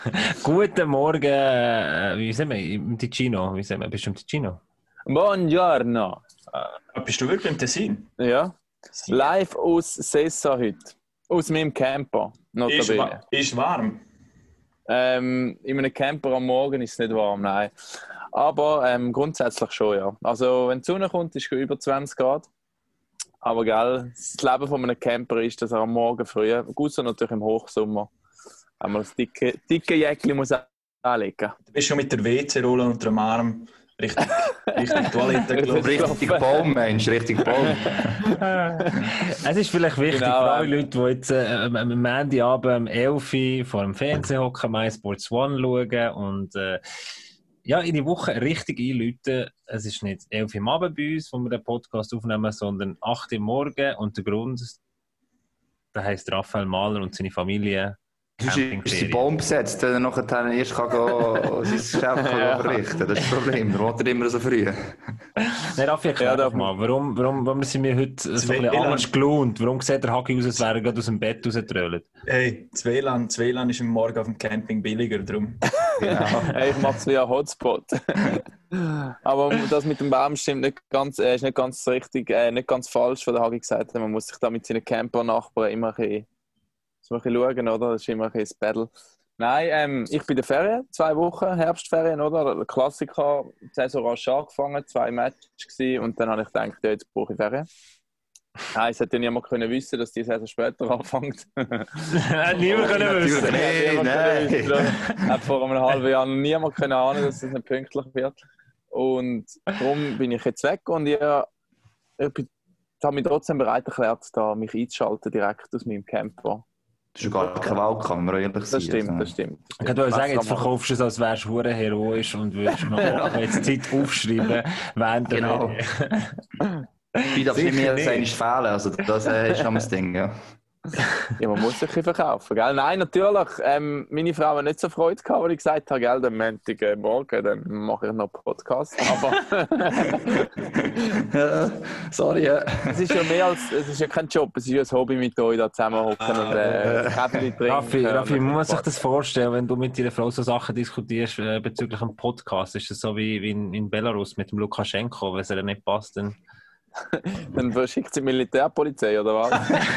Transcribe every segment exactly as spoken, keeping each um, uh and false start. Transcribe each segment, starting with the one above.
Guten Morgen, äh, wie sagen wir, im Ticino? Wie sagen wir, bist du im Ticino? Buongiorno. Äh, bist du wirklich im Tessin? Ja. Sie- Live aus Sessa heute. Aus meinem Camper, Ist, notabene. wa ist warm. Ähm, in einem Camper am Morgen ist es nicht warm, nein. Aber ähm, grundsätzlich schon, ja. Also wenn die Sonne kommt, ist es über zwanzig Grad. Aber gell, das Leben von einem Camper ist, dass er am Morgen früh, außer natürlich im Hochsommer, einmal das dicke, dicke Jäckchen muss anlegen. Du bist schon mit der W C-Rolle unter dem Arm Richtung, Richtung Toilette gelaufen. Richtig Baum, Mensch, richtig Baum. Es ist vielleicht wichtig Genau, für alle ähm. Leute, die jetzt äh, am am Montagabend um elf Uhr vor dem Fernsehen hocken, MySports One schauen und äh, ja, in die Woche richtig einläuten. Es ist nicht elf Uhr am Abend bei uns, wo wir den Podcast aufnehmen, sondern acht Uhr morgen. Und der Grund, da heisst Raphael Mahler und seine Familie. Du ist die Baum besetzt, wenn er nachher erst kann gehen, sein Geschäft kann Ja. verrichten kann. Das ist das Problem. Er wohnt immer so früh. Nein, Raffi, erklär Ja, doch darf mal, warum, warum, warum sind wir heute so ein bisschen Zwei- anders gelohnt? Warum sieht der Hagi aus, als wäre er gerade aus dem Bett rausgetrölt? Hey, das W L A N, das W L A N ist am Morgen auf dem Camping billiger, darum. Genau. Hey, ich mache es wie ein Hotspot. Aber das mit dem Baum stimmt nicht ganz, äh, ist nicht ganz richtig, äh, nicht ganz falsch, was der Hagi gesagt hat. Man muss sich da mit seinen Camper-Nachbarn immer ein bisschen, muss man ein bisschen schauen, oder? Das ist immer ein bisschen das Battle. Nein, ähm, ich bin in der Ferien, zwei Wochen, Herbstferien, oder? Der Klassiker, die Saison rasch angefangen, zwei Matches gewesen, und dann habe ich gedacht, ja, jetzt brauche ich Ferien. Nein, es hätte ja niemand können wissen, dass die Saison später anfängt. Niemand können wissen. Nein, nein. Hat vor einem halben Jahr noch niemand können ahnen, dass es nicht pünktlich wird. Und darum bin ich jetzt weg und ich, ich, bin, ich habe mich trotzdem bereit erklärt, da mich einzuschalten direkt aus meinem Camper. Das ist gar kein Wahlkampf, wenn wir ehrlich sind. Das stimmt, das stimmt. Ich würde sagen, jetzt verkaufst du es, als wärst du hure heroisch und würdest noch jetzt Zeit aufschreiben, während der Genau. Ferien. Ich darf nicht mehr als Sicher einmal fehlen, also das äh, ist schon das Ding, ja. Ja, man muss sich ein bisschen verkaufen, gell? Nein, natürlich. Ähm, meine Frau hat nicht so Freude gehabt, als ich gesagt habe, gell, am Montag äh, morgen, dann mache ich noch einen Podcast. Aber Ja, sorry, ja. es ist ja mehr als, es ist ja kein Job, es ist ja ein Hobby mit euch da zusammenhocken und äh, Käffchen trinken. Raffi, Raffi, und- muss man sich das vorstellen, wenn du mit deiner Frau so Sachen diskutierst äh, bezüglich einem Podcast? Ist das so wie, wie in, in Belarus mit dem Lukaschenko, wenn es ihr nicht passt? Dann Dann verschickt sie die Militärpolizei, oder was?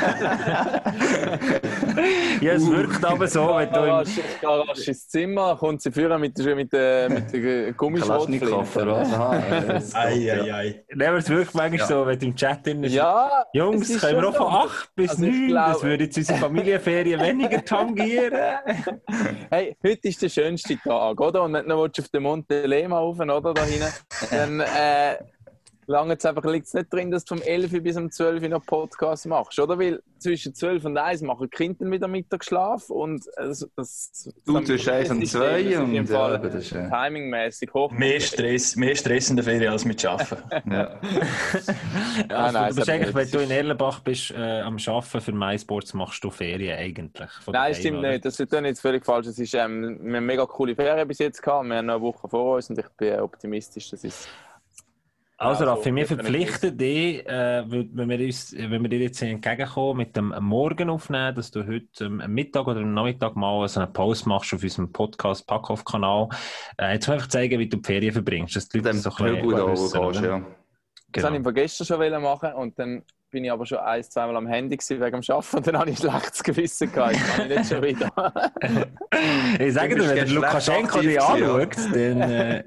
ja, es wirkt aber so, wenn du im, Rasch rasch ins Zimmer, kommt sie führen mit der, mit der, mit der Gummischrotflinte. Kalaschnikow, oder was? Aha, ja, das ist Ei, gut, ja. ei, ei. Nein, aber es wirkt manchmal Ja. so, wenn du im Chat drin bist. Ja, Jungs, es ist können wir schon auch von so. acht bis Also ich neun, glaube- das würde jetzt unsere Familienferien weniger tangieren. Hey, heute ist der schönste Tag, oder? Und wenn du noch auf den Monte Lema rauf, oder, da hinten, dann äh, lange es einfach, liegt es nicht drin, dass du vom elf bis um zwölf Uhr noch Podcast machst, oder? Weil zwischen zwölf und eins machen die Kinder wieder Mittagsschlaf und äh, das, das, Du zwischen eins und zwei das ist und im ja, Fall das ist, äh, timingmäßig hoch. Mehr Stress, mehr Stress in der Ferien als mit Arbeiten. ja. Also, nein, du bist es hat eigentlich, wenn nicht. du in Erlenbach bist, äh, am Arbeiten für MySports, machst du Ferien eigentlich. von Nein, daheim, stimmt oder? nicht. Das ist dann jetzt völlig falsch. Es ist, ähm, wir haben mega coole Ferien bis jetzt gehabt. Wir haben noch eine Woche vor uns und ich bin optimistisch, dass es Also, Ja, Raffi, so, wir wir können verpflichten dich, äh, wenn wir, uns, wenn wir dir jetzt entgegenkommen, mit dem Morgen aufnehmen, dass du heute ähm, am Mittag oder am Nachmittag mal so einen Post machst auf unserem Podcast Packoff-Kanal. Äh, jetzt einfach zeigen, wie du die Ferien verbringst. Dass die Leute Dem so ein gut bisschen wissen, gehst, oder? ja. Das wollte Genau. ich gestern schon wollen machen und dann bin ich aber schon ein, zweimal am Handy gewesen wegen dem Arbeiten und dann habe ich ein schlechtes Gewissen gehabt. Jetzt kann ich nicht schon wieder. Ich sage Du dir, bist wenn der schlecht Lukaschenko aktiv dich gewesen, ja. anschaut, dann... Äh,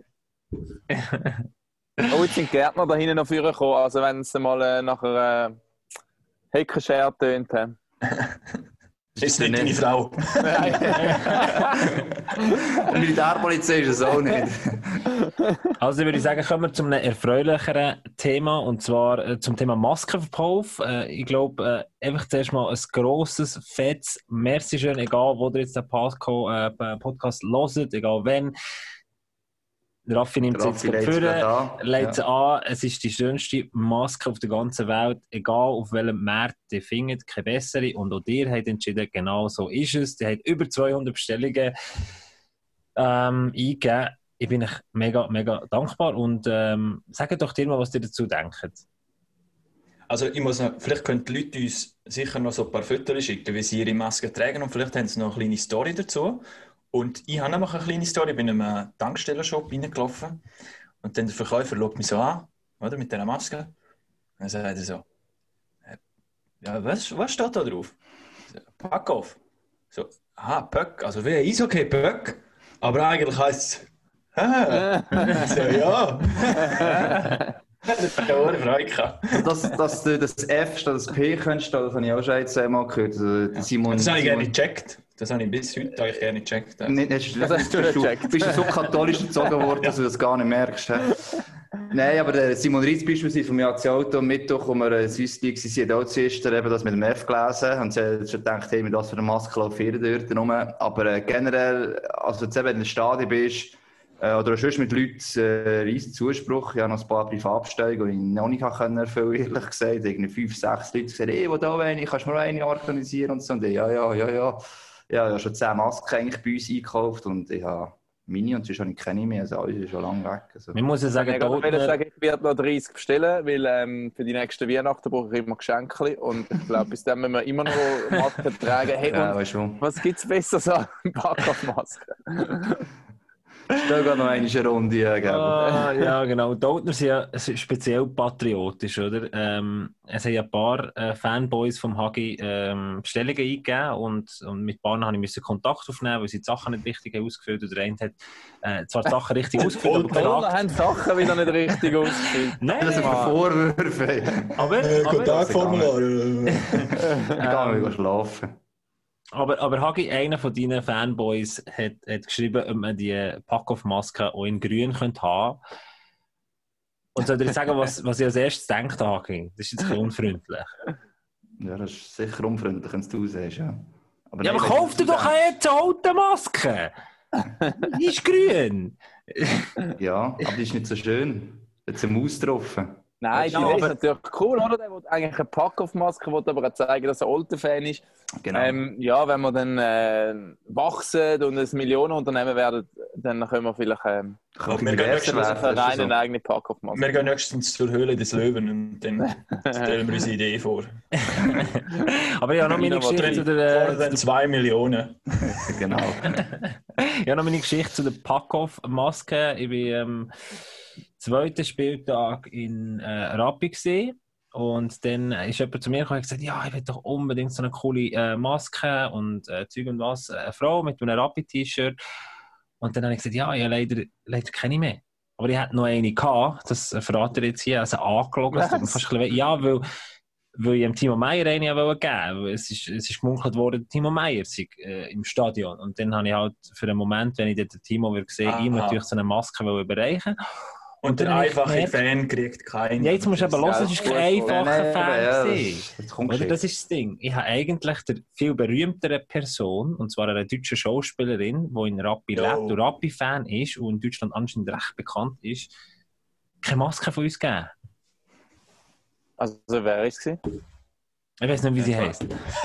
Oh, jetzt sind die Gärtner da hinten noch vorgekommen. gekommen. Also wenn es mal äh, nachher äh, Heckenschere tönt. äh. Ist nicht deine Frau. Und Militärpolizei ist es auch nicht. Also würde ich sagen, kommen wir zu einem erfreulicheren Thema, und zwar äh, zum Thema Maskenverkauf. Äh, ich glaube, äh, einfach zuerst mal ein grosses, fettes Merci schön, egal wo ihr jetzt den Podco, äh, Podcast hört, egal wenn. Raffi nimmt es jetzt Raffi lädt's gerade grad vor, an. legt sie Ja. an. Es ist die schönste Maske auf der ganzen Welt, egal auf welchem Markt ihr findet, keine bessere. Und auch ihr habt entschieden, genau so ist es. Ihr habt über zweihundert Bestellungen ähm, eingegeben. Ich bin euch mega, mega dankbar und ähm, sagt doch dir mal, was ihr dazu denkt. Also ich muss noch, vielleicht können die Leute uns sicher noch so ein paar Fotos schicken, wie sie ihre Maske tragen, und vielleicht haben sie noch eine kleine Story dazu. Und ich habe noch eine kleine Story. Ich bin in einem Tankstellershop reingelaufen und dann der Verkäufer schaut mich so an, oder, mit dieser Maske. Und dann sagt er so, ja, was, was steht da drauf? Pack off. So, aha, Pöck, also wie ein Eishockey-Pöck, aber eigentlich heisst es, ah, so, ja. Das hat eine Freude gehabt. Dass, dass du das F statt das P könntest, das habe ich auch schon ein, zweimal gehört. Also, der Simon, Das habe ich Simon, gerne gecheckt. Das habe ich bis heute eigentlich gerne gecheckt. Also. Nicht, hast, Das hast du bist, du, gecheckt. bist du so katholisch erzogen worden, dass du das gar nicht merkst. He? Nein, aber der Simon Reitz beispielsweise von mir hat das Auto am Mittwoch, wo wir in Swiss League waren, sie hat auch zuerst eben das mit dem F gelesen und sie hat schon gedacht, hey, mit was für einer Maske laufen ihr dort rum. Aber äh, generell, also jetzt eben, wenn du in der Stadion bist, äh, oder sonst mit Leuten äh, riesen Zuspruch, ich habe noch ein paar Privatsteige, die ich noch nicht erfüllen konnte, ehrlich gesagt. Irgendwie fünf, sechs Leute gesagt, hey, wo da eine, kannst du mir eine organisieren und so. Und ich, ja, ja, ja, ja. Ja, ich habe schon zehn Masken eigentlich bei uns eingekauft und ich habe meine und sonst habe ich keine mehr, also alles ist schon lange weg. Also. Man muss ja sagen, ich würde sagen, ich werde noch dreißig bestellen, weil ähm, für die nächsten Weihnachten brauche ich immer Geschenke und ich glaube, bis dann müssen wir immer noch Masken tragen. Hey, ja, und weißt du. was gibt es besser als ein Pack auf Masken? Stell gerade noch eine Runde, äh, gell? Ah, ja, genau. Die Outner sind ja speziell patriotisch, oder? Ähm, es haben ja ein paar äh, Fanboys vom Hagi ähm, Bestellungen eingegeben und, und mit ein paar habe ich Kontakt aufnehmen, weil sie die Sachen nicht richtig ausgefüllt haben. Der eine hat äh, zwar die Sachen richtig ausgefüllt, aber Wir gefragt... haben Sachen wieder nicht richtig ausgefüllt. Nein, Das sind Vorwürfe. aber... Äh, aber Kontaktformular. Ich kann mal schlafen. Aber, aber Hagi, einer von deinen Fanboys, hat, hat geschrieben, ob man die Pack-Off-Maske auch in grün könnte haben. Und soll ich sagen, was, was ich als erstes denke, Hagi? Das ist jetzt ein bisschen unfreundlich. Ja, das ist sicher unfreundlich, wenn du siehst, ja. Aber Ja, nein, aber wenn kauf du dir doch denkst- jetzt eine alte Maske! Die ist grün! Ja, aber die ist nicht so schön. Jetzt eine Maus getroffen. Nein, Ja, die ist aber- natürlich cool, oder? Der will eigentlich eine Pack-Off-Maske, will aber auch zeigen, dass er ein alter Fan ist. Genau. Ähm, ja, wenn wir dann äh, wachsen und ein Millionenunternehmen werden, dann können wir vielleicht ähm, Kann wir gehen nächstes werden, für das ist rein eine so. eigene Pack-Off-Maske. Wir gehen nächstens zur Höhle des Löwen und dann stellen wir unsere Idee vor. Aber ich habe noch meine Geschichte zu der, Fordern dann zwei Millionen. Genau. ich habe noch meine Geschichte zu der Pack-Off-Maske. Ich bin am zweiten Spieltag in äh, Rappi gesehen. Und dann ist jemand zu mir gekommen und gesagt, ja, ich will doch unbedingt so eine coole äh, Maske und äh, Zeug und was. Eine Frau mit einem Rappi-T-Shirt. Und dann habe ich gesagt, ja, ich habe leider, leider keine mehr. Aber ich hatte noch eine gehabt, das verrate ich jetzt hier, also angelogen. Das tut mir fast ein bisschen weh. Ja, weil, weil ich dem Timo Meyer eine wollte geben wollte. Es ist, es ist gemunkelt worden, Timo Meyer sei äh, im Stadion. Und dann habe ich halt für einen Moment, wenn ich den Timo würde sehen, Aha. ihm natürlich so eine Maske überreichen. Und der dann habe ich einfache gemerkt, Fan kriegt keinen. ja, jetzt musst du aber hören, es war kein einfacher Nein, nein, Fan. ja, das, gewesen. das kommt Oder? schon. Das ist das Ding. Ich habe eigentlich der viel berühmtere Person, und zwar eine deutsche Schauspielerin, die in Rappi Jo. lebt und Rappi-Fan ist und in Deutschland anscheinend recht bekannt ist, keine Maske von uns gegeben. Also wer ist es gewesen? Ich weiß nicht, wie sie heisst.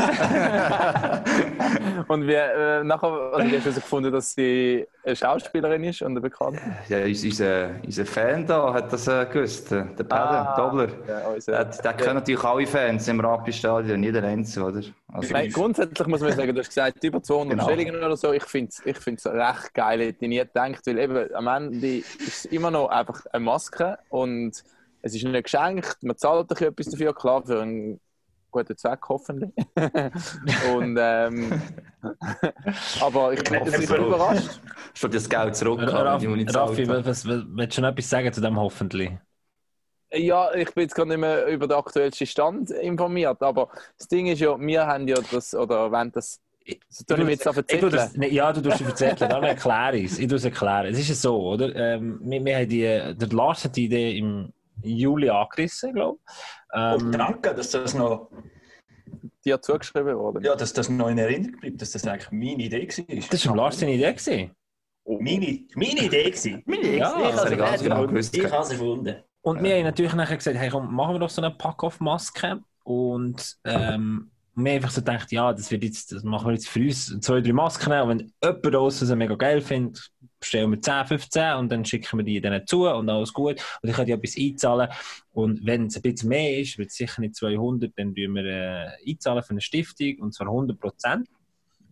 Und wie, äh, nachher, also wie hast du also gefunden, dass sie eine Schauspielerin ist und eine Bekannte? Ja, unser, unser, unser Fan da hat das äh, gewusst, äh, der Pelle, Ah. Dobler. Ja, Der, also, der kennt natürlich alle Fans im Rappi-Stadion, jeder einzelne, oder? Also, Nein, grundsätzlich muss man sagen, du hast gesagt, über zweihundert Genau. Bestellungen oder so. Ich finde es ich find's recht geil, hätte ich nie gedacht, weil eben am Ende ist es immer noch einfach eine Maske und es ist nicht geschenkt, man zahlt doch etwas dafür, klar, für einen guten Zweck hoffentlich. und, ähm, aber ich bin hoffe ich so. bin überrascht. schon das Geld zurück, Raff, die ich Raffi, was, was, willst du noch etwas sagen zu dem hoffentlich? Ja, ich bin jetzt gerade nicht mehr über den aktuellsten Stand informiert, aber das Ding ist ja, wir haben ja das, oder wenn das, das tue ich mir jetzt auf Ich tue erzählen. das, ne, ja, du tust es erzählen, dann erkläre ich es. Ich tue es erklären. Es ist ja so, oder? Ähm, wir, wir haben die, der Lars hat die Idee im Juli angerissen, glaube ich. Und Ähm, danke, dass das noch, Die hat zugeschrieben worden. ja, dass das noch in Erinnerung bleibt, dass das eigentlich meine Idee war. das war Lars seine Idee gewesen. Meine, meine Idee war. Meine Idee Ja, Ich das habe hat er ganz genau gewusst. Ich habe sie erfunden. Und wir haben natürlich nachher gesagt, hey, komm, machen wir doch so eine Pack-Off-Maske. Und ähm, wir haben einfach so gedacht, ja, das, wird jetzt, das machen wir jetzt für uns zwei, drei Masken. Und wenn jemand draussen sie mega geil findet, bestellen wir zehn, fünfzehn und dann schicken wir die denen zu und alles gut. Und ich kann die etwas einzahlen. Und wenn es ein bisschen mehr ist, wird es sicher nicht zweihundert, dann tun wir äh, einzahlen für eine Stiftung, und zwar hundert Prozent.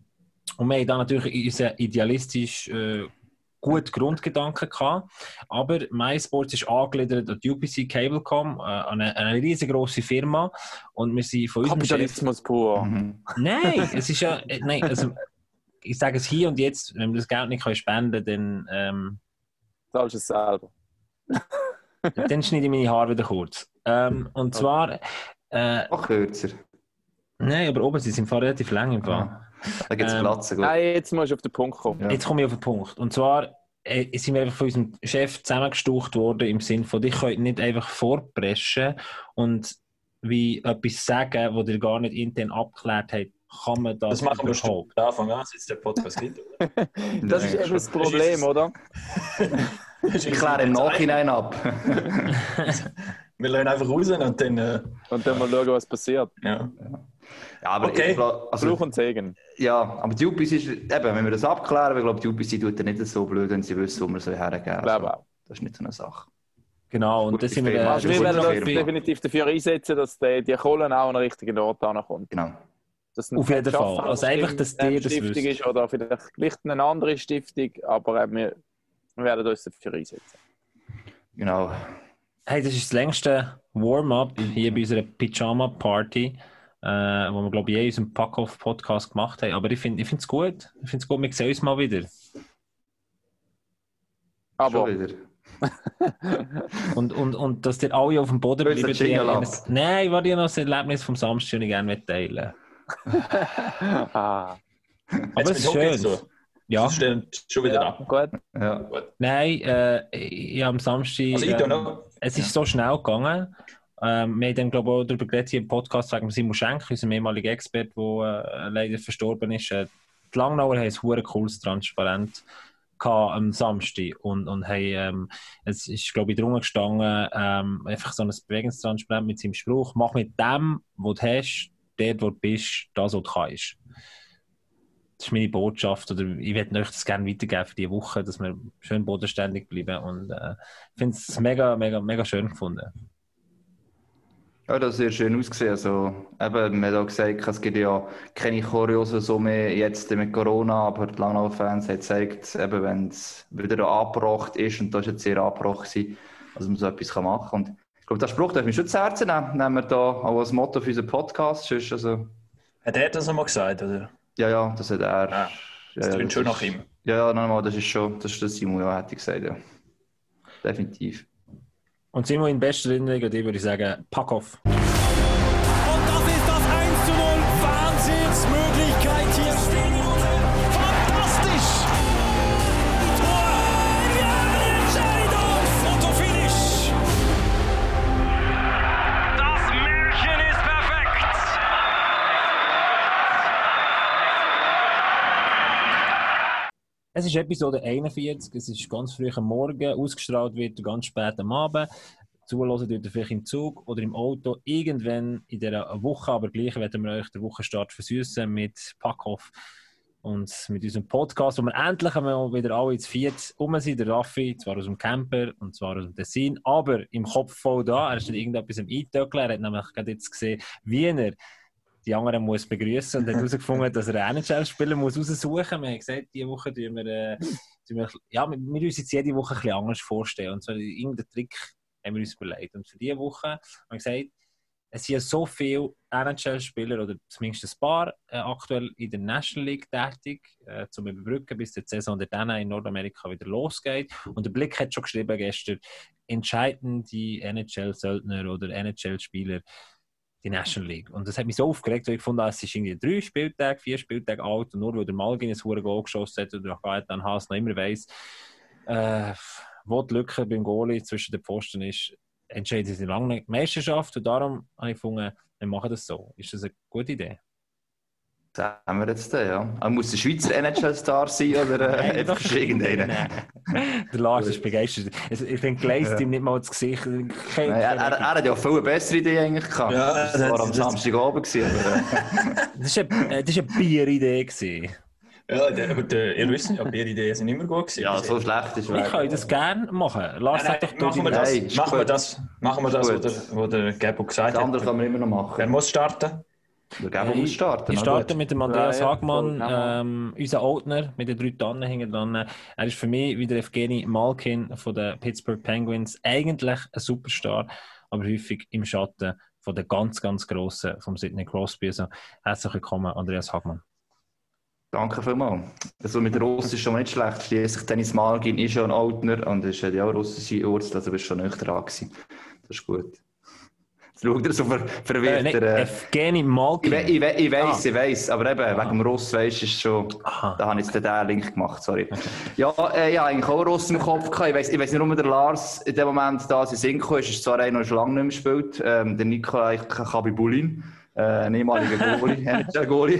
Und wir haben dann natürlich unseren idealistisch äh, gute Grundgedanken gehabt. Aber MySports ist angegliedert an die U P C Cablecom, äh, eine, eine riesengroße Firma. Und wir sind von unserem Kapitalismus Chef... pur. Mhm. Nein, es ist ja... äh, Nein, also ich sage es hier und jetzt, wenn wir das Geld nicht spenden können, dann... Ähm, Zahlst du es selber. dann schneide ich meine Haare wieder kurz. Ähm, und zwar... Äh, Auch kürzer. Nein, aber oben sie sind im Fall relativ lang im Fall. Ah, da gibt es Ähm, Platz. Gut. Nein, jetzt musst du auf den Punkt kommen. Ja. Jetzt komme ich auf den Punkt. Und zwar äh, sind wir einfach von unserem Chef zusammengestaucht worden im Sinne von, ich könnt nicht einfach vorpreschen und wie etwas sagen, was ihr gar nicht intern abgeklärt habt, kann man das, Das machen wir schon überhaupt. von Anfang an, seit der Podcast gibt. Oder? Das ist Nein, eben das schon. Problem, oder? Ich Ich kläre im Nachhinein ab. Wir lernen einfach raus und dann. Äh, Und dann mal schauen, was passiert. ja. Ja, aber Okay. ich glaub, also, Fluch und Segen. ja, aber die U P C ist, eben, wenn wir das abklären, ich glaube, die U P C tut ja nicht so blöd, wenn sie wissen, wo wir so hergeben. Ich glaube auch. Das ist nicht so eine Sache. Genau, und Gute das sind wir... Firma. Also das wir ist werden eine uns Firma. definitiv dafür einsetzen, dass die, die Kohle auch an den richtigen Ort ankommt. Genau. Dass Auf jeden Fall. Also einfach, dass eine ihr das Stiftung wisst. ist oder vielleicht, vielleicht eine andere Stiftung, aber äh, wir, wir werden uns dafür einsetzen. Genau. Hey, das ist das längste Warm-up hier bei unserer Pyjama-Party, äh, wo wir, glaube ich, je in unserem Pack-Off-Podcast gemacht haben. Aber ich finde es gut. Ich finde es gut, wir sehen uns mal wieder. Aber Schon wieder. Und, und, und dass ihr alle auf dem Boden Willst du bleibt. den Jingle ab? Nein, ich wollte ja noch das Erlebnis vom Samstag und ich gerne teilen. ah, Aber es ist schön. So. Ja, Das stellen schon wieder ja, ab. gut. Ja. nein, äh, ich habe am Samstag... Also ich ähm, tue noch. Es ist so schnell gegangen. Ähm, wir haben dann, glaube ich, auch darüber geredet, hier im Podcast wegen Simon Schenk, unserem ehemaligen Experte, der äh, leider verstorben ist. Äh, die Langnauer haben ein verdammt cooles Transparent gehabt am Samstag. Und, und haben, ähm, es ist, glaube ich, drunter gestanden, ähm, einfach so ein Bewegungstransparent mit seinem Spruch: Mach mit dem, was du hast, dort, wo du bist, das, was du kannst. Das ist meine Botschaft, oder ich würde euch das gerne weitergeben für diese Woche, dass wir schön bodenständig bleiben. Und äh, ich finde es mega, mega, mega schön gefunden. Ja, das hat sehr schön ausgesehen. Also, eben, man hat auch gesagt, es gibt ja keine Choreos so mehr jetzt mit Corona, aber die Langnauer-Fans haben gezeigt, eben, wenn es wieder angebracht ist, und das war jetzt sehr angebracht, dass man so etwas machen kann. Und ich glaube, der Spruch darf ich schon zu Herzen nehmen. Nehmen wir da auch als Motto für unseren Podcast. Sonst, also, Hat er das einmal gesagt, oder? ja, ja, das hat er. Ah, das ja, klingt schon ist- nach ihm. Ja, ja, nochmal, das ist schon, das ist der Simon, ja, hätte ich gesagt, ja. Definitiv. Und Simon in bester Erinnerung, und ich würde sagen, pack auf. Und das ist das eins zu null. Wahnsinnsmöglichkeit hier. Fantastisch. Tor. Ja, Entscheidung. Fotofinish. Das Märchen ist perfekt. Es ist Episode einundvierzig, es ist ganz früh am Morgen, ausgestrahlt wird ganz spät am Abend. Zuhören dürft ihr vielleicht im Zug oder im Auto. Irgendwann in dieser Woche, aber gleich werden wir euch den Wochenstart versüßen mit Packoff und mit unserem Podcast, wo wir endlich einmal wieder alle ins Viert rum sind. Der Raffi, zwar aus dem Camper und zwar aus dem Tessin, aber im Kopf voll da. Er ist nicht irgendetwas am Eintöckeln. Er hat nämlich gerade jetzt gesehen, wie er die anderen muss begrüßen und hat herausgefunden, dass er einen N H L-Spieler muss raussuchen muss. Wir haben gesagt, diese Woche tun wir, äh, tun wir, ja, wir wir uns jetzt jede Woche ein bisschen anders vorstellen. Und so irgendeinen Trick haben wir uns überlegt. Und für diese Woche haben wir gesagt, es sind ja so viele N H L-Spieler, oder zumindest ein paar, äh, aktuell in der National League tätig, äh, zum Überbrücken, bis die Saison dann in Nordamerika wieder losgeht. Und der Blick hat schon geschrieben gestern, entscheiden die N H L-Söldner oder N H L-Spieler die National League. Und das hat mich so aufgeregt, weil ich fand, es ist irgendwie drei Spieltage, vier Spieltage alt, und nur weil der Malgin ein hohes Goal geschossen hat oder auch Gaetan Haas noch immer weiss, äh, wo die Lücke beim Goalie zwischen den Pfosten ist, entscheidet sich lange nicht die Meisterschaft, und darum habe ich gefunden, wir machen das so. Ist das eine gute Idee? Das haben wir jetzt da, ja. Aber muss der Schweizer N H L-Star sein oder äh, einfach irgendeiner? Nein. Der Lars ist begeistert. Also, ich finde, gleist Ja. ihm nicht mal das Gesicht. Kein, Nein, er, er, er hat ja viel eine bessere Idee eigentlich gehabt. Ja, das das- war am das- Samstagabend gewesen, aber äh, das war eine, äh, das war eine Bieridee gewesen. Ja, der, aber der, ihr wisst ja, Bierideen sind immer gut gewesen. ja, so schlecht ist Ich kann das gerne machen. Lars, Nein, sag doch nein, du machen wir deine- das, Nein, ist machen wir gut. das, machen wir das, Ist was gut. der, was der Gabo gesagt das andere hat. kann man immer noch Wer machen. muss starten? Wir geben uns starten. Ich starte mit dem Andreas Ja, ja, Hagmann, voll, ähm, unser Oldner mit den drei Tannen hinten dran. Er ist für mich wie der Evgeny Malkin von den Pittsburgh Penguins eigentlich ein Superstar, aber häufig im Schatten von der ganz, ganz Grossen vom Sidney Crosby. Also, herzlich willkommen, Andreas Hagmann. Danke vielmals. Also mit Russisch ist schon nicht schlecht. Schliesslich Dennis Malkin ist schon ein Oldner und ist ja auch russische Wurzel, also bist du schon nicht dran gewesen. Das ist gut. Jetzt schaut er so ver verwirrt. Äh, äh, Evgeny Malkin? Ich, ich, ich weiss, ah. ich weiss, aber eben, ah. wegen dem Russ weisst du es schon, Aha. da habe ich jetzt den Link gemacht, sorry. Ja, äh, ich habe eigentlich auch Russ im Kopf gehabt. Ich weiss, ich weiss nicht, warum der Lars in dem Moment da in Synchro ist. Es ist zwar einer, der schon lange nicht mehr spielt, ähm, der Nikolai Khabibulin. Äh, ein ehemaliger Goalie, N H L-Goalie.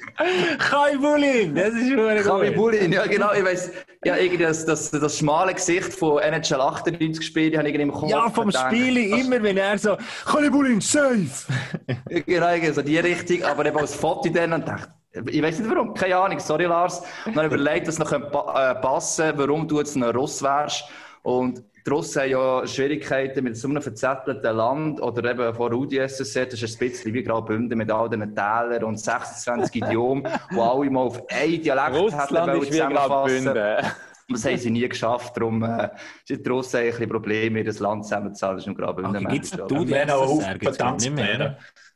Khabibulin, das ist schon gut. Khabibulin, ja genau, ich weiss, ja, irgendwie das, das, das schmale Gesicht von N H L achtundneunzig gespielt, habe ich irgendwie im Kopf. Ja, vom Spiel immer, wenn er so Khabibulin, safe! Genau, so die Richtung, aber eben als Foto dann und dachte, ich weiss nicht warum, keine Ahnung, sorry Lars. Und dann überlegt, dass es noch passen könnte, warum du jetzt ein Russ wärst. Und die Russen haben ja Schwierigkeiten mit so einem verzettelten Land oder eben vor U D S S R, das ist ein bisschen wie Graubünden mit all diesen Tälern und sechsundzwanzig Idiomen, die alle mal auf ein Dialekt Russland ist wie Graubünden. Das haben sie nie geschafft, darum äh, sind die Russen ein bisschen Probleme, ihr das Land zusammenzuhalten, das ist nur Graubünden. Gibt es die U D Wir haben S auch S R gibt's glaub ich, nicht mehr,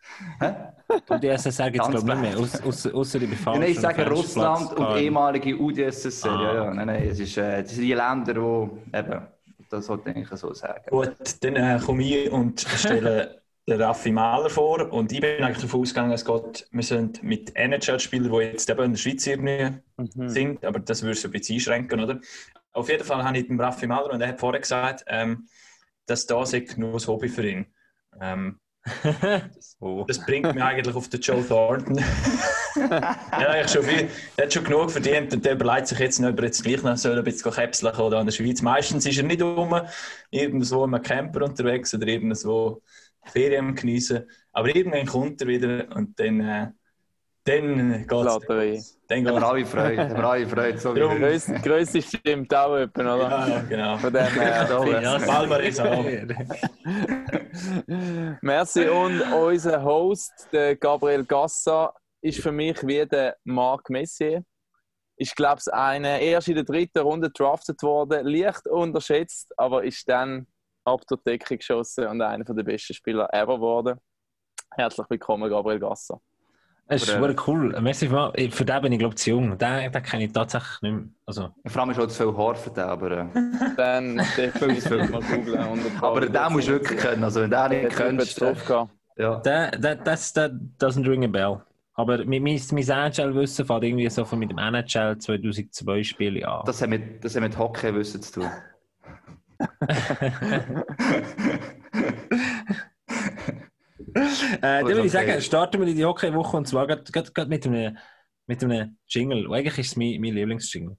oder? U D S S R gibt es glaube ich nicht mehr, außer die Befallung. Nein, ich sage Russland und kann. ehemalige U D S S R, Ah. ja, ja. Nein, nein, es ist, äh, das sind die Länder, die eben, das sollte ich so sagen. Gut, dann äh, komme ich und stelle den Raffi Mahler vor. Und ich bin eigentlich davon ausgegangen, es geht, wir sind mit N H L-Spielern, die jetzt eben in der Schweiz irgendwie Mhm. sind, aber das würde es ein bisschen einschränken, oder? Auf jeden Fall habe ich den Raffi Mahler und er hat vorher gesagt, ähm, dass das nur ein Hobby für ihn. Ähm, Oh. Das bringt mich eigentlich auf den Joe Thornton. Ja, ich schon viel, er hat schon genug verdient und der überlegt sich jetzt nicht, ob er jetzt gleich noch soll ein bisschen käpseln oder an der Schweiz. Meistens ist er nicht um, irgendwo im Camper unterwegs oder irgendwo Ferien genießen. Aber irgendwann kommt er wieder und dann, äh, dann geht Lotterie. es. Dann Haben geht's. wir alle Freude, haben wir alle Freude, so wie Darum- wir. Grösse, Grösse stimmt auch jemand, oder? Ja, ja, genau. Von dem her. Ja, Ja, Palmer ist auch. Merci. Und unser Host, der Gabriel Gassa, ist für mich wie der Marc Messier. Ich glaube, es einer erst in der dritten Runde drafted worden, leicht unterschätzt, aber ist dann ab der Decke geschossen und einer der besten Spieler ever geworden. Herzlich willkommen, Gabriel Gassa. Es ist Aber, äh, super cool. Merci mal. Für den bin ich glaube ich zu jung. Den, den kenne ich tatsächlich nicht mehr. Also, Vor allem ist auch zu viel Haar für den, aber, äh, Dann definitiv mal googeln. und ein paar aber den musst du wirklich können, also wenn du den nicht kennst, äh, drauf gehen. ja. der, der, das, der doesn't ring a bell. Aber mein, mein, mein N H L-Wissen fängt irgendwie so von mit dem N H L zweitausendzwei Spiel an. Das hat mit, das hat mit Hockey-Wissen zu tun. Äh, dann würde ich okay. sagen, starten wir in die Hockey-Woche und zwar gerade, gerade, gerade mit, einem, mit einem Jingle. Und eigentlich ist es mein, mein Lieblingsjingle.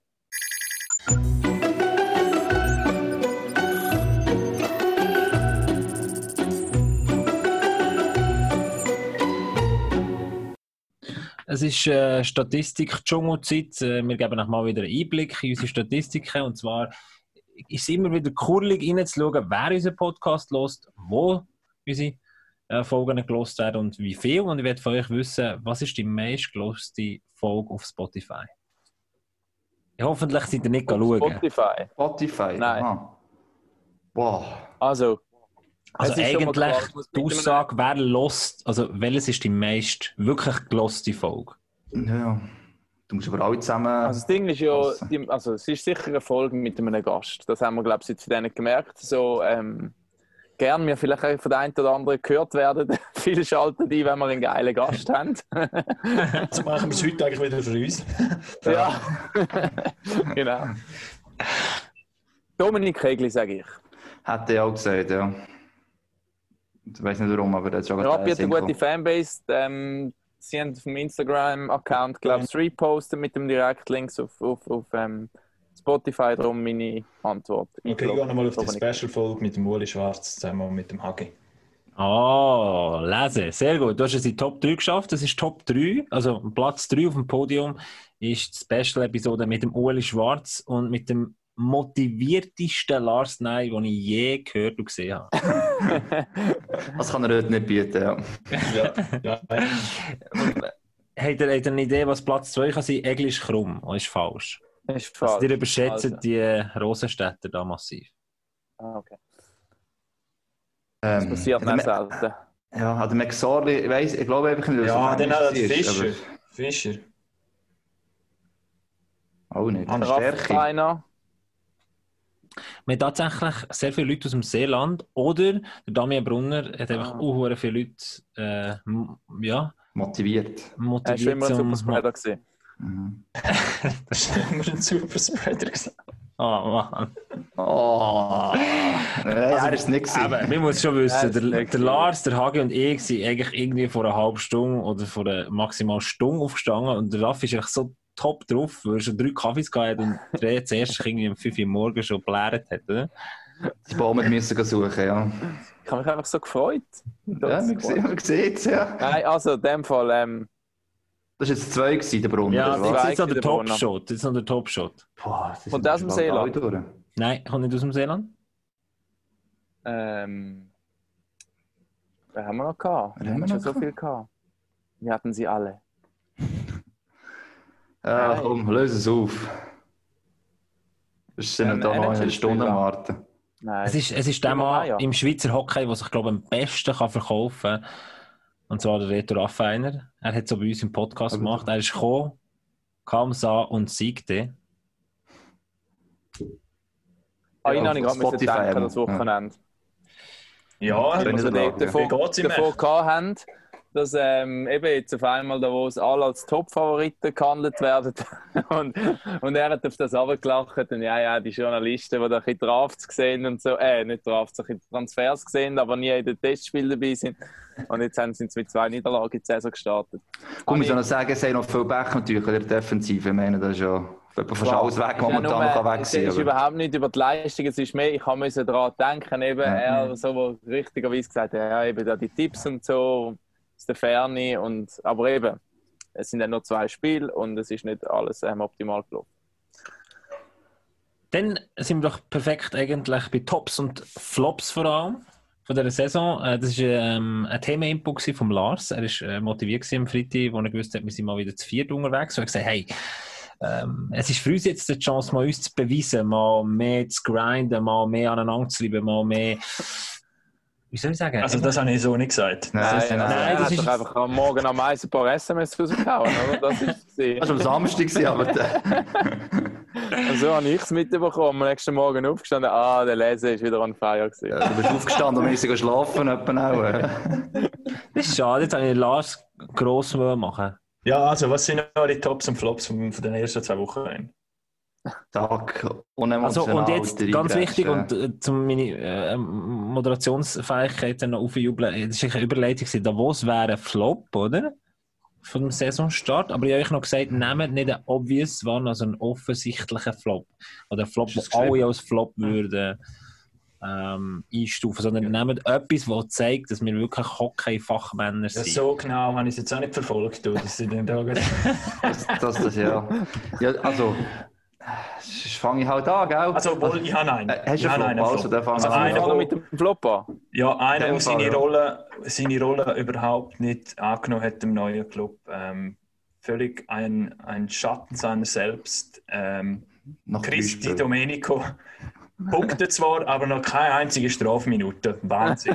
Es ist äh, Statistik-Dschungelzeit. Äh, wir geben euch mal wieder einen Einblick in unsere Statistiken. Und zwar ist es immer wieder kurlig reinzuschauen, wer unseren Podcast hört, wo unsere äh, Folgen gelost werden und wie viel. Und ich werde von euch wissen, was ist die meistgeloste Folge auf Spotify? Ja, hoffentlich seid ihr nicht schauen. Spotify. Spotify? Nein. Aha. Wow. Also, Also es ist schon mal eigentlich klar, es muss die mit einem- Aussage, wer lost, also welches ist die meist wirklich geloste Folge? Ja. Du musst aber alle zusammen... Also das Ding ist ja, passen. die, also es ist sicher eine Folge mit einem Gast. Das haben wir, glaube ich, jetzt denen gemerkt. So, ähm, gern wir vielleicht auch von der einen oder anderen gehört werden. Viele schalten die, wenn wir einen geilen Gast haben. So machen wir es heute eigentlich wieder für uns. Ja, genau. Dominik Kegli, sage ich. Hätte ich auch gesagt, ja. Ich weiß nicht warum, aber das ist auch Rappi hat eine gute Fanbase. Ähm, sie haben auf dem Instagram-Account, glaube ich, repostet mit dem Direktlinks auf, auf, auf ähm, Spotify. Darum meine Antwort. Okay, ich gehe nochmal auf die Special-Folge mit dem Uli Schwarz zusammen und mit dem Hagi. Oh, lesen. Sehr gut. Du hast es in Top drei geschafft. Das ist Top drei. Also Platz drei auf dem Podium ist die Special-Episode mit dem Uli Schwarz und mit dem motiviertesten Lars Ney, den ich je gehört und gesehen habe. Das kann er heute nicht bieten, ja. Ja, ja. Habt ihr, habt ihr eine Idee, was Platz zwei kann sein? Englisch krumm, das ist falsch. Ist Also, falsch. ihr überschätzt Also. die Rosenstädter da massiv. Ah, okay. Ähm, Das passiert der nicht Me- selten. Ja, der McSorley, ich weiss, ich glaube einfach nicht, dass Ja, er dann hat er Englisch ist, Fischer. Fischer. aber auch nicht. Ah, Stärke. Raffiner. Wir haben tatsächlich sehr viele Leute aus dem Seeland oder der Damian Brunner hat einfach Ah. auch sehr viele Leute äh, m- ja, Motiviert. Er war schon motiviert immer ein zum... Superspreader gewesen. Mhm. Das war immer ein Superspreader. Oh, Mann. Oh! Nein, er ist es nicht gewesen. Aber man muss schon Ja, wissen, ist der, nicht der so. Lars, der Hagi und ich sind eigentlich irgendwie vor einer halben Stunde oder vor einer maximal Stunde aufgestanden und der Raffi ist eigentlich so top drauf, weil er schon drei Kaffees gehabt hat und der zuerst irgendwie um fünf Uhr morgens schon geblärt hat, oder? Die Bäume müssen gehen suchen, ja. Ich habe mich einfach so gefreut. Ja, man sieht man sieht's, ja. Nein, also in dem Fall, ähm, Das war jetzt zwei, gewesen, der Brunner. Ja, oder jetzt, was? jetzt noch der der Brunner. Top-Shot, jetzt noch der Top-Shot. Boah, das Kommt ist aus dem bald Seeland? alle durch. Nein, kommt nicht aus dem Seeland? ähm, wen haben wir noch gehabt? Wen Wir haben haben wir schon noch so gehabt? viel gehabt. Wir hatten sie alle. Ja, Nein. komm, löse es auf. Wir sind Ja, da ein noch eine Stunde am N H L-Spieler. Warten. Nein. Es ist, es ist der Timo Mann Meyer. im Schweizer Hockey, der sich, glaube ich, am besten kann verkaufen kann. Und zwar der Reto Raffiner. Er hat so bei uns im Podcast Aber- gemacht. Er ist gekommen, kam, sah und siegte. Ah, ihn Ja, habe ich gerade müssen Spotify denken, das ja. Wochenende. Ja, Wenn Als wir ich dort so davor, Wie geht's ihm? davor gehabt haben, dass ähm, eben jetzt auf einmal da, wo es alle als Top-Favoriten gehandelt werden und, und er hat auf das runtergelacht und ja, ja, die Journalisten, die da ein bisschen Drafts gesehen und so, äh, nicht Drafts, ein bisschen Transfers gesehen, aber nie in den Testspielen dabei sind und jetzt haben sie jetzt mit zwei Niederlagen in die Saison gestartet. Komm, ich Habe soll noch sagen, es haben noch viel Pech natürlich in der Defensive. Ich meine, das ist ja fast Klar. alles weg, Ist ja momentan nur- noch weg Es sein ist kann. überhaupt nicht über die Leistung, es ist mehr, ich musste daran denken, eben, Ja. er so wo richtigerweise gesagt hat, ja, eben da die Tipps und so, aus der Ferne, und, aber eben, es sind ja nur zwei Spiele und es ist nicht alles ähm, optimal gelaufen. Dann sind wir doch perfekt eigentlich bei Tops und Flops vor allem von dieser Saison. Äh, Das war ähm, ein Themeninput von Lars. Er war äh, motiviert gewesen am Freitag, als er gewusst hat, wir sind mal wieder zu viert unterwegs. Und er hat gesagt, hey, ähm, es ist für uns jetzt die Chance, mal uns zu beweisen, mal mehr zu grinden, mal mehr aneinander zu treiben, mal mehr... Wie soll ich sagen? Also das habe ich so nicht gesagt. Nein, Nein, nein, nein, nein, er das hat ist- doch einfach am Morgen am Eis ein paar S M S rausgehauen, oder? Das ist es. Das war am Samstag, gewesen, aber der- Und so habe ich es mitbekommen. Am nächsten Morgen aufgestanden, ah, der Leser ist wieder on fire gewesen. Ja, du bist aufgestanden und wir sind schlafen, etwa auch. äh. Das ist schade, jetzt habe ich Lars gross machen. Ja, also was sind eure Tops und Flops von, von den ersten zwei Wochen? Tag, Also, unemotional. und jetzt der ganz wichtig, Eingrätschen. und äh, um meine äh, Moderationsfähigkeiten noch aufjubeln, das war eine Überleitung, gewesen. Davos wäre ein Flop, oder? Von dem Saisonstart. Aber ich habe euch noch gesagt, nehmt nicht einen obvious one, also einen offensichtlichen Flop. Oder einen Flop, Ist das den alle geschrieben? als Flop würden ähm, einstufen, sondern nehmt etwas, das zeigt, dass wir wirklich Hockey-Fachmänner Ja, sind. so genau habe ich es jetzt auch nicht verfolgt. Du, dass ich den da Das, das, das, ja. Ja, also, fange ich halt an, gell? Also, wohl, ich habe einen. Äh, hast Ich du habe einen einen Flop? Also, Flop. dann fangen Also wir an. einer, Fangen wir wo- mit dem Flop an. Ja, einer, In der dem seine Fall, ja. Rolle, seine Rolle überhaupt nicht angenommen hat im neuen Club. Ähm, völlig ein, ein Schatten seiner selbst. Ähm, Nach drei Cristi Spielen. Domenico punktet zwar, aber noch keine einzige Strafminute. Wahnsinn.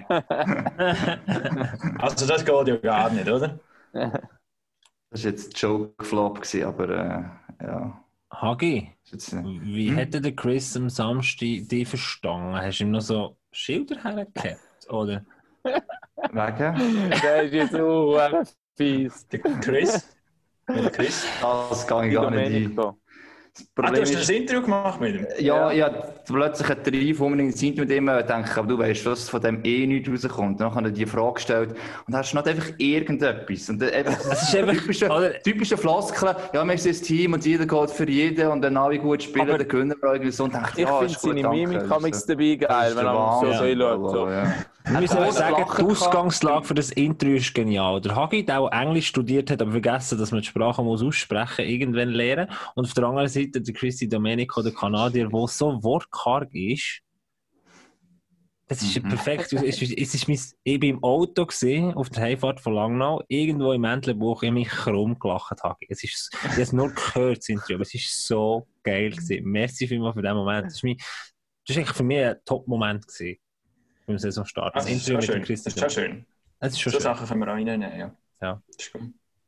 Also das geht ja gar nicht, oder? Das war jetzt ein Joke-Flop, gewesen, aber äh, ja. Hagi, Das ist jetzt, äh, wie Hm? hätte der Chris am Samstag dich verstanden? Hast du ihm noch so Schilder hergehabt, oder? wegen? Der ist jetzt auch fies. Der Chris? Mit der Chris? Das kann ich Die gar nicht ein. Domenico. Das Ah, du Problem hast das ist, Interview gemacht mit ihm? ja, ja, plötzlich hat der Reif unbedingt Zeit mit ihm und denke, aber du weißt, dass von dem eh nichts rauskommt. Dann hat er die Frage gestellt und hast nicht einfach irgendetwas. Und dann einfach, Es ist einfach, typische, oder? typische Floskeln, ja, wir sind ein Team und jeder geht für jeden und dann alle gut spielen, Aber dann gewinnen wir irgendwie so. Und dachte, Ich ja, finde ist gut, seine danke. Mimik Das comics ist, dabei das geil, ist wenn der er so Wahnsinn, so schaut. So. ja. Wir müssen Hat aber sagen, Lachen die gehabt. Ausgangslage für das Interview ist genial. Der Hagi, der auch Englisch studiert hat, aber vergessen, dass man die Sprache muss aussprechen, irgendwann lernen. Und auf der anderen Seite Seite der Christy Domenico, der Kanadier, der so wortkarg ist. Es ist perfekt. Es ist, es ist mein, ich war im Auto gewesen, auf der Heimfahrt von Langnau, irgendwo im Entlebuch, ich mich krumm gelacht habe. Es ist, ich habe es nur gehört, das Interview, aber es war so geil gewesen. Merci vielmals für diesen Moment. Das war mein, das war eigentlich für mich ein Top-Moment gewesen, beim Saisonstart. Das, das ist schon schön. Das ist schon schön. Das ist schon so schön. Sachen können wir auch reinnehmen, ja. Ja. Das ist gut.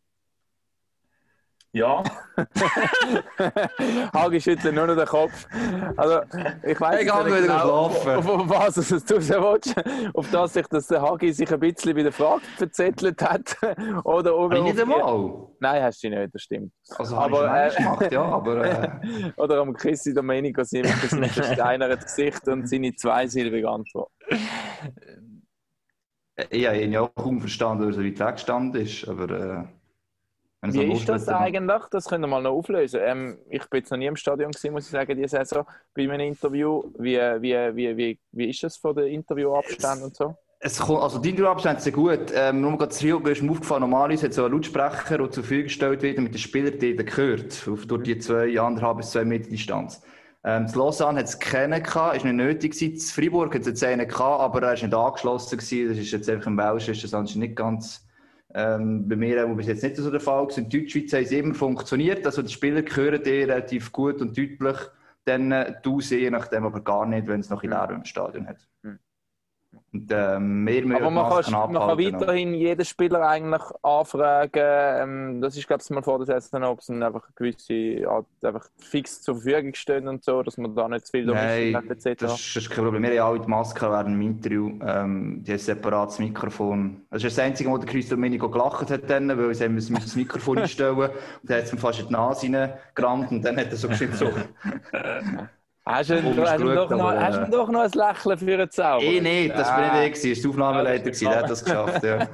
Ja. Hagi schüttelt nur noch den Kopf. Also, ich weiss Ich kann wieder genau, schlafen. auf, auf was es du so willst. Auf das sich das der Hagi sich ein bisschen bei der Frage verzettelt hat. Oder Aber nicht einmal. Nein, hast du nicht, das stimmt. Also aber, habe ich äh, schon gemacht, ja, aber... Äh, oder am Christi Domenico sind mit dem versteinerten Gesicht und seine zweisilbige Antwort. ich habe ihn ja auch kaum verstanden, weil er so weit weg gestanden ist, aber... Äh, Wie ist das eigentlich? Das können wir mal noch auflösen. Ähm, ich bin jetzt noch nie im Stadion gewesen, muss ich sagen, diese Saison bei einem Interview. Wie, wie, wie, wie, wie ist das von den Interviewabständen und so? Es kommt, also die Interviewabstände sind gut. Ähm, nur gerade das Rio ist mir aufgefallen, normalerweise hat es so einen Lautsprecher, der zur Verfügung gestellt wird, damit der Spieler die gehört, auf, durch die zwei, anderthalb bis zwei Meter Distanz. Ähm, das Lausanne hat es keinen gehabt, ist nicht nötig gewesen. Das Freiburg hat es jetzt einen gehabt, aber er ist nicht angeschlossen gewesen. Das ist jetzt einfach im Welsch, ist das anscheinend nicht ganz... Ähm, bei mir war bis jetzt nicht so der Fall. In Deutschschweiz hat es immer funktioniert. Also die Spieler hören die relativ gut und deutlich. Dann äh, du je nachdem aber gar nicht, wenn es noch ein leer im Stadion hat. Mhm. Und, ähm, mehr aber man kann, man kann weiterhin oder? jeden Spieler eigentlich anfragen. Ähm, das ist, glaube ich, mal vor der Saison, ob es einfach gewisse Art, einfach fix zur Verfügung stehen und so, dass man da nicht zu viel Nein, hat, et cetera. Das ist kein Problem. Wir haben alle die Maske während dem Interview. Ähm, die haben ein separates Mikrofon. Das ist das Einzige, wo der Christo Domenico gelacht hat, dann, weil sie müssen das Mikrofon einstellen und dann hat es ihm fast in die Nase reingerammt und dann hat er so geschrieben so... Hast du, du, hast, du doch noch, aber, hast du doch noch ein Lächeln für einen Zauber? Eh nicht, das war ah. nicht ich, das war die Aufnahmeleiter, der hat das geschafft. Ja.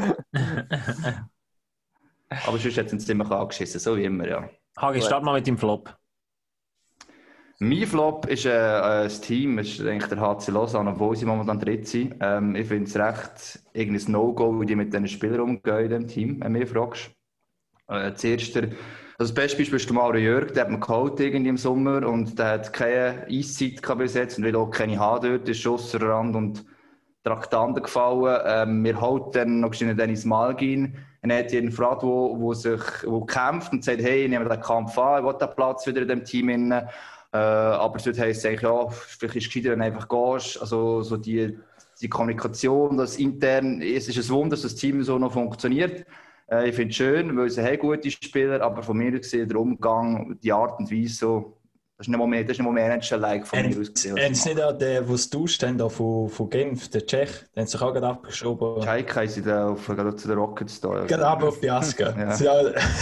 Aber sonst hat es uns ziemlich angeschissen, so wie immer, ja. Hagi, start mal mit deinem Flop. Mein Flop ist äh, ein Team, ist eigentlich der H C Lausanne, obwohl sie momentan dritt sind. Ähm, ich finde es recht irgendein No-Go, wie die mit diesen Spielern umgehen in diesem Team, wenn du mich fragst. Äh, zuerst der Also das beste Beispiel ist der Mario Jörg, der hat man geholt irgendwie im Sommer und der hat keine Eiszeit bis jetzt und will auch keine haben dort, ist ausser Rand und Traktanten gefallen. Ähm, wir holen dann noch den Dennis Malgin, er hat einen Frat, der sich wo kämpft und sagt, hey, ich nehme den Kampf an, ich will den Platz wieder in dem Team inne. Äh, aber es heisst eigentlich, ja, vielleicht ist es gescheiter, wenn du einfach gehst. Also so die, die Kommunikation, das intern, es ist ein Wunder, dass das Team so noch funktioniert. Ich finde es schön, weil sie haben gute Spieler, aber von mir gesehen der Umgang, die Art und Weise, so, das ist nicht mal mehr, das ist nicht mal mehr Manager-like von mir aus gesehen. Haben Sie nicht auch den, der es tauscht haben, von, von Genf, der Tschech, den haben sich auch gerade abgeschoben? Tschech haben sie da auf, gerade zu den Rockets da. Gerade ab auf die Aska. Ja.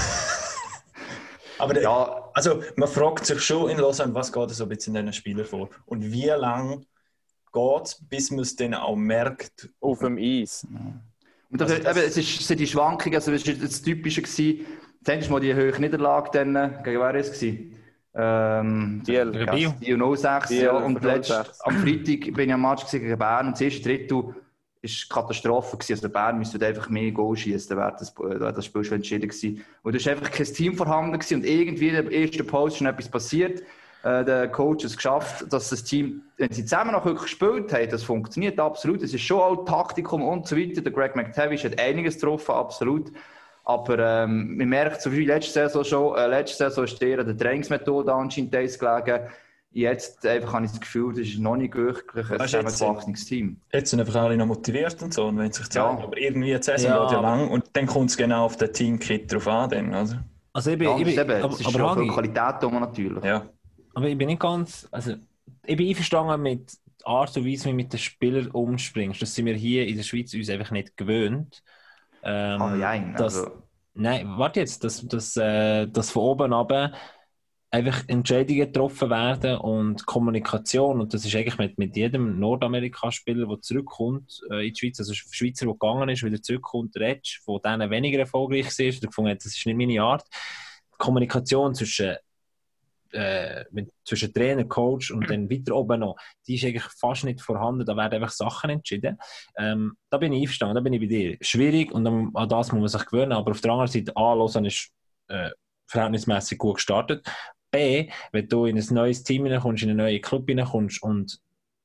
Aber ja. Also, man fragt sich schon in Lausanne, was geht so ein bisschen in diesen Spielern vor? Und wie lange geht es, bis man es dann auch merkt? Auf dem Eis. Ja. Und das, also das, eben, es ist, sind die Schwankungen, also es war das Typische gewesen. Zuerst mal die hohe Niederlage dann, gegen wer war es? Ähm, Biel. Biel null sechs, ja. Und letzt, am Freitag bin ich am Match gegen Bern und das erste Drittel war Katastrophe gewesen. Also Bern müsste einfach mehr Goal schießen, dann wäre das, wär das Spiel schon entschieden gewesen. Und es war einfach kein Team vorhanden gewesen und irgendwie in der ersten Pause schon etwas passiert. Der Coach hat es geschafft, dass das Team, wenn sie zusammen noch wirklich gespielt haben, das funktioniert absolut. Es ist schon auch Taktikum und so weiter. Der Greg McTavish hat einiges getroffen, absolut. Aber ähm, man merkt so wie letzte Saison schon, äh, letzte Saison ist der der Trainingsmethode anscheinend eins gelegen. Jetzt einfach habe ich das Gefühl, das ist noch nicht wirklich ein zusammengewachsenes Team. Jetzt sind einfach alle noch motiviert und so, und wenn sich zeigen, ja. aber irgendwie die Saison ja, geht ja lang und dann kommt es genau auf den Teamkit drauf an. Dann, also. Also ich bin, ja, ich bin, eben, aber, es ist aber schon Hagi, viel Qualität da natürlich. Ja. Aber ich bin nicht ganz, also ich bin einverstanden mit der Art und Weise, wie du mit den Spielern umspringst. Das sind wir hier in der Schweiz uns einfach nicht gewöhnt. Ähm, ah, nein, dass, also. Nein, warte jetzt, dass, dass, äh, dass von oben runter einfach Entscheidungen getroffen werden und Kommunikation, und das ist eigentlich mit, mit jedem Nordamerika-Spieler, der zurückkommt äh, in die Schweiz, also Schweizer, der gegangen ist, wieder zurückkommt, redest, von denen weniger erfolgreich ist, oder gefunden hat, das ist nicht meine Art. Die Kommunikation zwischen Äh, mit, zwischen Trainer, Coach und dann weiter oben noch, die ist eigentlich fast nicht vorhanden, da werden einfach Sachen entschieden. Ähm, da bin ich einverstanden, da bin ich bei dir. Schwierig und an das muss man sich gewöhnen, aber auf der anderen Seite, A, Lausanne ist äh, verhältnismäßig gut gestartet B, wenn du in ein neues Team hineinkommst, in einen neuen Club hineinkommst und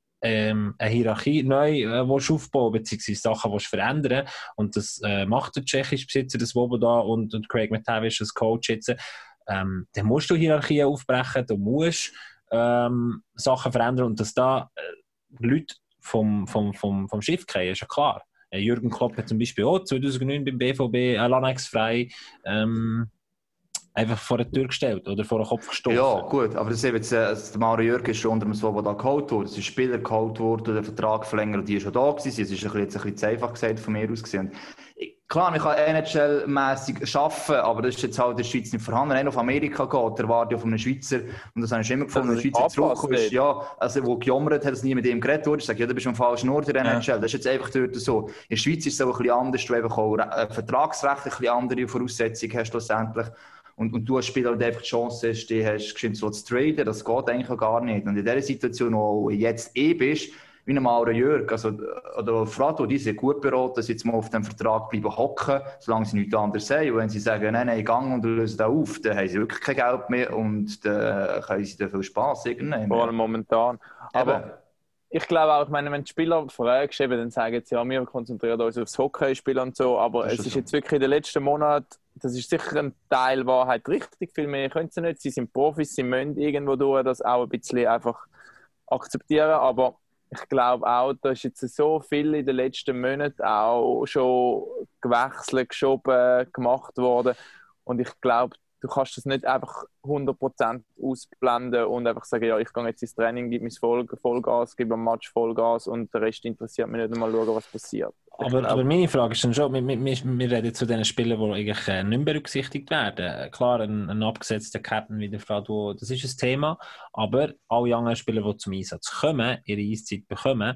ähm, eine Hierarchie neu äh, willst aufbauen, beziehungsweise Sachen willst verändern, und das äh, macht der tschechische Besitzer, das Svoboda und, und Craig McTavish als Coach jetzt, ähm, dann musst du Hierarchien aufbrechen, du musst ähm, Sachen verändern, und dass da äh, Leute vom, vom, vom, vom Schiff fallen, ist ja klar. Äh, Jürgen Klopp hat zum Beispiel auch zweitausendneun beim B V B äh, Lanex frei ähm, einfach vor der Tür gestellt oder vor den Kopf gestoßen. Ja, gut, aber das ist eben jetzt, äh, der Mario Jürgen ist schon unter dem Svoboda geholt worden, es ist Spieler geholt worden, der Vertrag verlängert, die schon da gewesen, es ist ein bisschen, jetzt ein bisschen zu einfach gesagt von mir aus gesehen. Klar, man kann N H L-mässig arbeiten, aber das ist jetzt halt in der Schweiz nicht vorhanden. Wenn er auf Amerika geht, der war ja von einem Schweizer, und das habe ich immer gefunden, wenn ein Schweizer zurückkommt, ja, also wo gejammert hat, dass nie mit ihm geredet wurde, ich sage, ja, du bist am falschen Ort der N H L, ja. Das ist jetzt einfach dort so. In der Schweiz ist es auch ein bisschen anders, du einfach auch äh, vertragsrechtlich ein bisschen andere Voraussetzungen hast schlussendlich. Und, und du als Spieler halt einfach die Chance hast, die hast geschwind so zu traden, das geht eigentlich auch gar nicht. Und in dieser Situation, wo du jetzt eh bist, wie ein Mauro Jörg, also, oder Frato, die sind gut beraten, dass sie jetzt mal auf dem Vertrag bleiben hocken, solange sie nichts anderes sagen. Und wenn sie sagen, nein, nein, gang und lösen da auf, dann haben sie wirklich kein Geld mehr und dann können sie da viel Spass irgendwann. Vor allem momentan. Aber eben. Ich glaube auch, ich meine, wenn die Spieler fragst, eben, dann sagen sie, ja, wir konzentrieren uns aufs Hockeyspiel und so, aber es ist so. Jetzt wirklich in den letzten Monaten, das ist sicher ein Teil Wahrheit richtig, viel mehr können sie nicht, sie sind Profis, sie müssen irgendwo durch das auch ein bisschen einfach akzeptieren, aber ich glaube auch, da ist jetzt so viel in den letzten Monaten auch schon gewechselt, geschoben, gemacht worden, und ich glaube, du kannst das nicht einfach hundert Prozent ausblenden und einfach sagen, ja, ich gehe jetzt ins Training, gebe mir Voll, Vollgas, gebe am Match Vollgas und der Rest interessiert mich nicht, mal schauen, was passiert. Aber, aber meine Frage ist dann schon, wir, wir, wir reden zu den Spielern, die eigentlich äh, nicht berücksichtigt werden. Klar, ein, ein abgesetzter Captain wie der Frado, das ist ein Thema, aber alle anderen Spieler, die zum Einsatz kommen, ihre Eiszeit bekommen,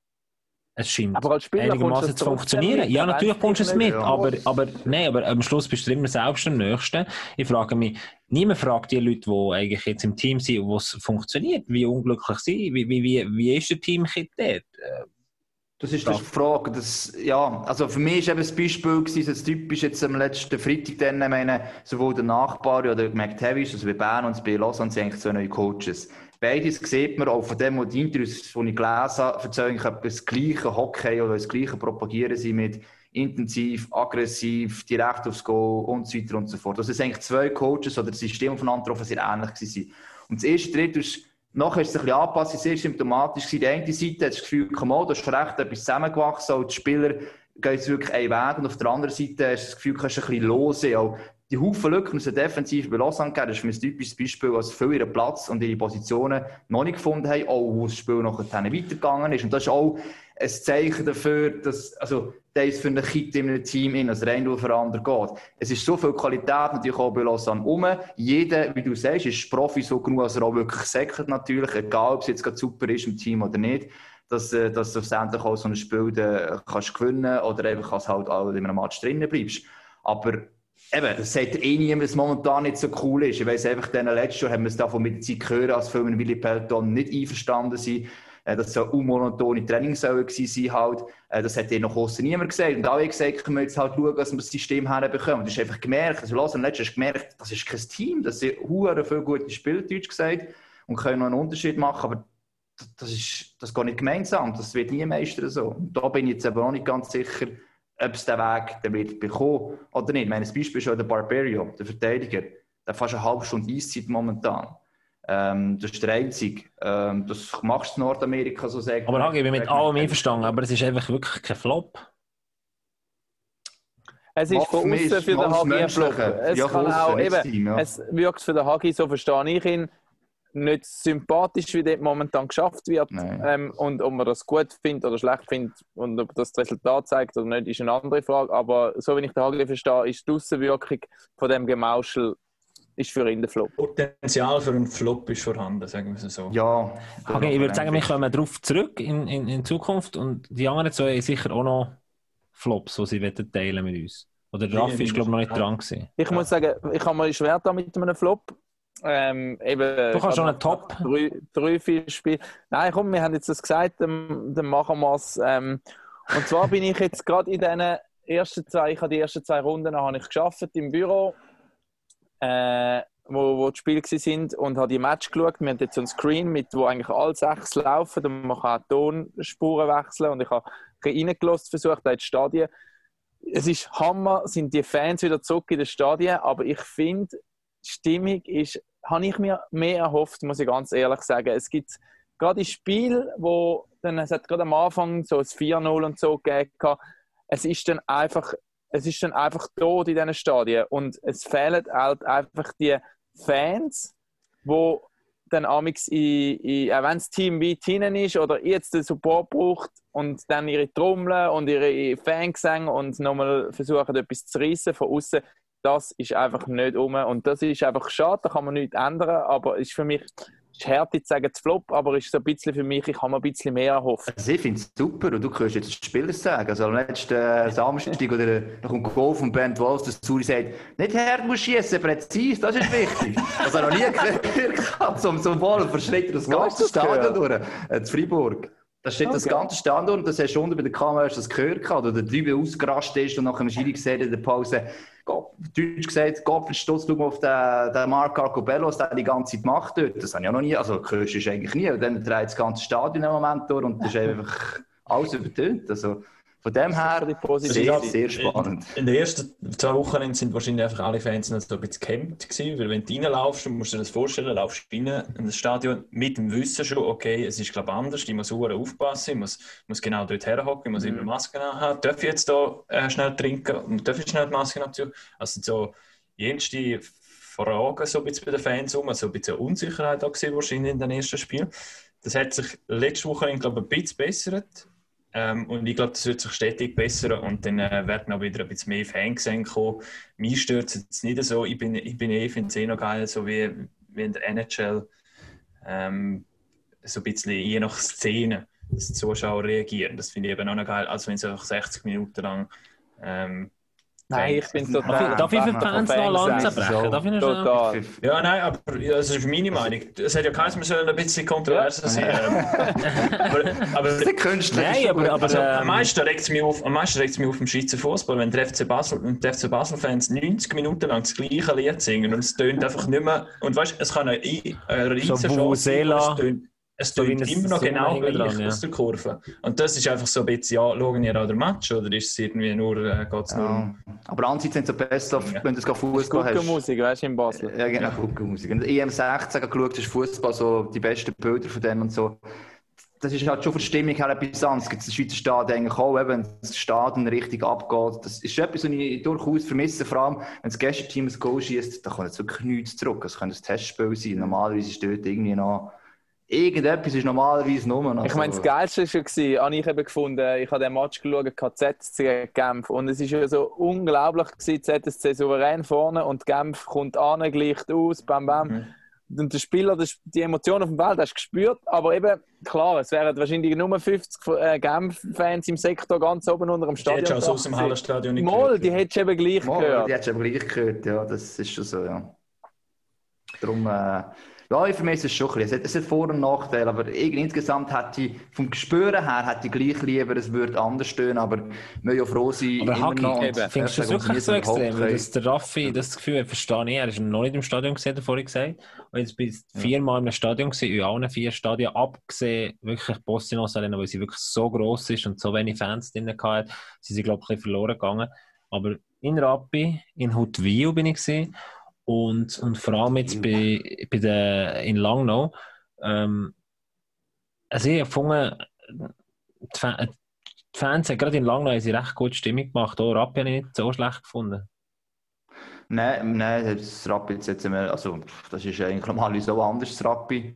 es scheint aber als Spieler einigermaßen zu funktionieren. Ja, natürlich kommst du es mit, ja. aber, aber, nein, aber am Schluss bist du immer selbst am Nächsten. Ich frage mich, niemand fragt die Leute, die eigentlich jetzt im Team sind, wo es funktioniert, wie unglücklich sie, wie, wie, wie, wie ist der Teamkit dort? Das ist die Frage. Das, ja, also für mich war eben das Beispiel, das typisch jetzt am letzten Freitag, dann, ich meine, sowohl der Nachbar oder McTavish, also bei Bern und bei Lausanne, sind eigentlich zwei neue Coaches. Beides sieht man auch von dem, was die Interviews, die ich gelesen habe, erzählen, ich habe das gleiche Hockey oder das gleiche propagieren sie mit intensiv, aggressiv, direkt aufs Goal und so weiter und so fort. Also es sind eigentlich zwei Coaches oder das System voneinander getroffen, sehr ähnlich gewesen. Und das erste Drittel ist, nachher ist es ein bisschen angepasst, sehr symptomatisch gewesen. Die eine Seite hat das Gefühl, komm mal, da ist recht etwas zusammengewachsen, und die Spieler gehen jetzt wirklich einen Weg, und auf der anderen Seite hast du das Gefühl, du kannst ein bisschen losen. Auch die Haufen Lücken aus der Defensive bei Lausanne gegeben, das ist für mich ein typisches Beispiel, dass viele ihren Platz und ihre Positionen noch nicht gefunden haben, auch wo das Spiel nachher weitergegangen ist. Und das ist auch ein Zeichen dafür, dass, also, der ist für einen Kit in einem Team in, also rein für andere geht. Es ist so viel Qualität natürlich auch bei Lausanne rum. Jeder, wie du sagst, ist Profi so genug, dass er auch wirklich säckert natürlich, egal ob es jetzt gerade super ist im Team oder nicht, dass, dass du schlussendlich auch so ein Spiel kannst gewinnen oder einfach als halt auch in einem Match drinnen bleibst. Aber eben, das sagt eh niemand, dass es momentan nicht so cool ist. Ich weiss einfach, in den letzten Jahren haben wir es davon mit der Zeit gehört, als viele mit Willi Pelton nicht einverstanden sind. Dass so unmonotone Training sollen gewesen sein halt. Das hat dir noch aussen niemand gesagt. Und alle gesagt, können wir jetzt halt schauen, dass wir das System herbekommen. Du hast einfach gemerkt, also los, am letzten hast du gemerkt, das ist kein Team. Das sind hure viele gute Spieler, Deutsch gesagt, und können noch einen Unterschied machen. Aber das ist, das geht nicht gemeinsam. Das wird nie meistern so. Und da bin ich jetzt aber auch nicht ganz sicher, ob es den Weg der wird bekommen oder nicht. Ich meine, das Beispiel ist schon der Barberio, der Verteidiger. Der hat fast eine halbe Stunde Eiszeit momentan. Ähm, das ist der einzige. Ähm, das machst du in Nordamerika, so sagen. Aber Hagi, ich bin mit allem einverstanden, aber es ist einfach wirklich kein Flop. Es ist von außen für den Hagi ein Flop. Es ja, kann auch eben, Team, ja. Es wirkt für den Hagi, so verstehe ich ihn, nicht sympathisch, wie dort momentan geschafft wird. Ähm, und ob man das gut findet oder schlecht findet und ob das das Resultat zeigt oder nicht, ist eine andere Frage. Aber so wie ich den Hagi verstehe, ist die Aussenwirkung von dem Gemauschel ist für ihn der Flop. Potenzial für einen Flop ist vorhanden, sagen wir es so. Ja. Okay, ich würde sagen, wir kommen darauf zurück in, in, in Zukunft, und die anderen zwei haben sicher auch noch Flops, die sie teilen mit uns. Oder der Raffi ist, glaube ich, noch nicht dran gewesen. Ich ja. muss sagen, ich habe mal schwer da mit einem Flop. Ähm, eben, du kannst schon einen Top. Drei, drei, vier Spiele. Nein, komm, wir haben jetzt das gesagt, dann, dann machen wir es. Ähm, und zwar bin ich jetzt gerade in diesen ersten zwei, ich habe die ersten zwei Runden habe ich gearbeitet im Büro. Äh, wo, wo die Spiele waren und habe die Match geschaut. Wir haben jetzt so ein Screen, mit wo eigentlich alle sechs laufen und man kann auch Tonspuren wechseln und ich habe reingelassen, versucht in die Stadien. Es ist Hammer, sind die Fans wieder zurück in den Stadien, aber ich finde, die Stimmung ist, habe ich mir mehr erhofft, muss ich ganz ehrlich sagen. Es gibt gerade in Spielen, wo dann, es hat gerade am Anfang so ein vier null und so gegeben, es ist dann einfach, es ist dann einfach tot in diesen Stadien und es fehlen halt einfach die Fans, die dann amigs in, in, auch wenn das Team weit hinten ist oder jetzt den Support braucht und dann ihre Trommeln und ihre Fangesänge und nochmal versuchen, etwas zu reissen von außen, das ist einfach nicht um. Und das ist einfach schade, da kann man nichts ändern, aber ist für mich, ist härter zu sagen, zu flop, aber ist so ein bisschen für mich, ich habe mir ein bisschen mehr erhofft. Also ich finde es super und du kannst jetzt die Spieler sagen. Also am letzten äh, Samstag oder nach dem Goal von Ben Walls, dass Zuri sagt, nicht hart muss schießen, präzise, das ist wichtig. Das habe ich noch nie gehört. So, so ein Ball verschreit das ganze Stadion durch, äh, in Freiburg. Das steht okay. Das ganze Stadion und das hast du unten bei der Kamera das gehört, oder der drüben ausgerastet ist und nach dem Schiri gesehen in der Pause, Deutsch gesagt, Gottfried Stutz, schau mal auf den, den Marc Arcobellos, der die ganze Zeit macht dort. Das habe ich auch noch nie, also hörst du eigentlich nie. Und dann dreht das ganze Stadion im Moment durch und das ist einfach alles übertönt. Also von dem her sehr, sehr spannend. In, in den ersten zwei Wochen sind wahrscheinlich einfach alle Fans noch so ein bisschen gehemmt gewesen, weil wenn du reinlaufst, musst du dir das vorstellen, laufst rein in das Stadion mit dem Wissen schon, okay, es ist glaube ich anders, ich muss sehr aufpassen, ich muss, muss genau dort herhocken, ich muss immer Masken haben, darf ich jetzt da äh, schnell trinken und darf ich schnell die Masken abziehen? Also so jenste Fragen so ein bisschen bei den Fans um, also ein bisschen Unsicherheit auch gesehen wahrscheinlich in den ersten Spielen. Das hat sich letzte Woche, glaube ich, ein bisschen bessert. Ähm, und ich glaube, das wird sich stetig bessern und dann äh, werden auch wieder ein bisschen mehr Fangesänge kommen. Mich stört es jetzt nicht so. Ich bin, ich bin eh, finde es eh noch geil, so wie, wie in der N H L. Ähm, so ein bisschen je nach Szene, dass die Zuschauer reagieren. Das finde ich eben auch noch geil, als wenn sie auch sechzig Minuten lang ähm, Nein, ich bin total... Darf ich für die Fans noch Lanzen brechen? Darf ich noch total. Ja, nein, aber ja, das ist meine Meinung. Es hat ja geheißen, wir sollen ein bisschen kontroverser sein. aber, aber, das ist künstlich. Nein, aber... aber also, ähm, am meisten regt es mich auf, am meisten regt es mich auf dem Schweizer Fußball, wenn der F C Basel und die F C Basel-Fans neunzig Minuten lang das gleiche Lied singen und es tönt einfach nicht mehr... Und weißt, es kann eine, eine riesen so Chance sein, aber es tönt... Es So tönt immer noch genau gleich dran, ja. aus der Kurve. Und das ist einfach so ein bisschen, ja, schauen ihr auch den Match oder ist es irgendwie nur, äh, geht es nur ja. um... Aber andererseits sind es so besser, ja. Wenn du es Fußball hast. Gucke-Musik, weißt du, in Basel. Ja, genau, Gucke-Musik. Wenn du E M sechzehn geschaut hast, Fußball, so die besten Bilder von dem und so. Das ist halt schon von der Stimmung her etwas anderes. Es gibt das Schweizer Stadion eigentlich auch, wenn das Stadion richtig abgeht. Das ist etwas, was ich durchaus vermisse. Vor allem, wenn das Gästeteam ein Goal schießt, dann kommt jetzt wirklich nichts zurück. Es könnte ein Testspiel sein. Normalerweise ist dort irgendwie noch... Irgendetwas ist normalerweise nur. Also. Ich meine, das Geilste war schon, habe ich eben gefunden, ich habe den Match geschaut, Z S C gegen Genf. Und es war ja so unglaublich gewesen, Z S C souverän vorne und Genf kommt an, gleicht aus, bam, bam. Mhm. Und der Spieler, die Emotionen auf dem Feld hast du gespürt, aber eben, klar, es wären wahrscheinlich nur fünfzig äh, Genf-Fans im Sektor ganz oben unter dem Stadion. Die hättest du aus dem Hallenstadion nicht Mal, die hättest du eben gleich Mal, gehört. Die hättest du eben gleich gehört, ja, das ist schon so, ja. Darum, äh, ja, ich vermisse es schon ein bisschen. Es hat Vor- und Nachteile, aber insgesamt hätte ich, vom Gespüren her, hätte ich gleich lieber, es würde anders stehen, aber wir müssen ja froh sein, aber immer Hagi, noch. Eben, findest du es wirklich so extrem, weil das der Raffi das Gefühl hat, verstehe ich, er ist noch nicht im Stadion gesehen, vorhin gesagt, und jetzt bin ich viermal im Stadion gesehen, in allen vier Stadien, abgesehen, wirklich Bostinos Arena, weil sie wirklich so gross ist und so wenig Fans drin hatten, sind sie, glaube ich, ein bisschen verloren gegangen. Aber in Rappi, in Huttwil bin ich gesehen, Und, und vor allem jetzt bei, bei der, in Langnau. Ähm, also ich habe gefunden, die, Fan, die Fans haben gerade in Langnau eine recht gute Stimmung gemacht. Auch Rappi habe ich nicht so schlecht gefunden. Nein, nein, das Rappi jetzt, also das ist eigentlich normalerweise so anders, das Rappi.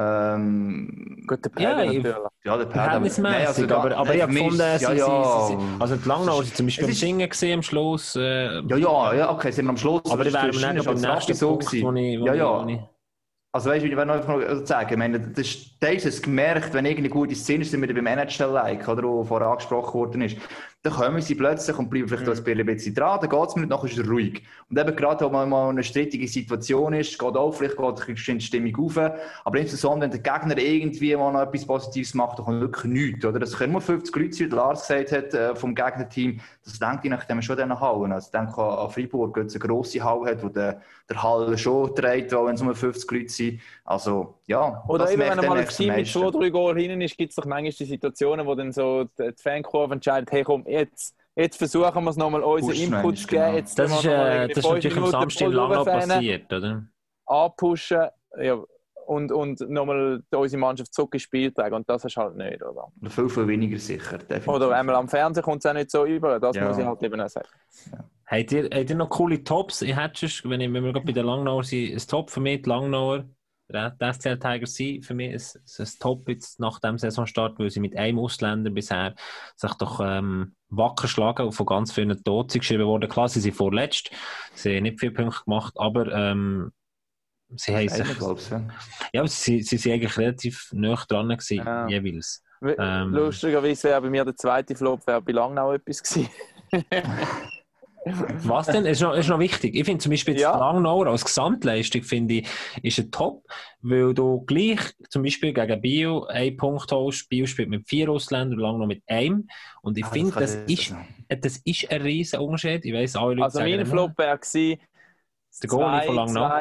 Ähm, Gut, der Pärden ja, natürlich. Ja, der Verhältnismäßig, also, aber, aber ich habe gefunden, ja, sie, ja. Sie, sie, sie, also die Langnau waren zum Beispiel beim Singen gesehen am Schluss. Äh, ja, ja, ja, okay, sind wir am Schluss. Aber ich wäre mir nicht beim nächsten so Punkt, wo ich, wo ja, ja. Ich, wo ich Also weißt du, ich will noch einfach sagen, ich meine, das ist, das ist gemerkt, wenn irgendeine gute Szene ist, sind wir beim N H L-Like, oder, wo vorher angesprochen worden ist. dann kommen sie plötzlich und bleiben vielleicht mhm. ein bisschen dran, dann geht es mir nicht, nachher ist es ruhig. Und eben gerade, wenn man mal eine strittige Situation ist, geht auch, vielleicht geht die Stimmung auf, aber insbesondere, wenn der Gegner irgendwie mal noch etwas Positives macht, dann kommt wirklich nichts. Oder? Das können nur fünfzig Leute sein, wie Lars gesagt hat, äh, vom Gegnerteam. Das denkt ich nachdem schon an diesen Hallen. Also ich denke an Freiburg, wo es eine grosse Halle hat, wo der, der Hall schon trägt, wenn es nur fünfzig Leute sind. Also, ja. Oder eben, wenn mal ein Team mit zwei, drei Goal hinten ist, gibt es doch manchmal die Situationen, wo dann so die Fankurve entscheidet, hey komm, jetzt, jetzt versuchen wir es nochmal, unseren Input zu geben. Jetzt das ist, äh, das ist natürlich am Samstag lang noch passiert, oder? Anpushen, ja, und, und nochmal unsere Mannschaft zurück ins Spiel tragen. Und das ist halt nicht, oder? Oder viel, viel weniger sicher, definitiv. Oder einmal am Fernsehen kommt es auch nicht so über, das ja. muss ich halt eben auch sagen. Ja. Habt ihr, habt ihr noch coole Tops? Ich hätte schon, wenn, ich, wenn wir gerade bei den Langnauer sind, ein Top für mich, die Langnauer, die S C L Tigers sind für mich ein, ein Top jetzt nach dem Saisonstart, weil sie mit einem Ausländer bisher sich doch ähm, wacker schlagen und von ganz vielen Toten geschrieben worden. Klar, sie sind vorletzt, sie haben nicht viele Punkte gemacht, aber ähm, sie haben sich... Ja, ja aber sie, sie sind eigentlich relativ nah dran gewesen, ja. jeweils. Ähm, Lustigerweise wäre bei mir der zweite Flop wäre bei Langnau etwas gewesen. Was denn? Ist noch, ist noch wichtig. Ich finde zum Beispiel jetzt ja. Langnau als Gesamtleistung finde ich, ist ein Top, weil du gleich zum Beispiel gegen Bio einen Punkt holst. Bio spielt mit vier Ausländern und Langnau mit einem. Und ich ah, finde, das, das, ist, das ist ein riesen Unterschied. Ich weiss, alle Leute also mein Flop wäre gewesen, der Goalie von Langnau.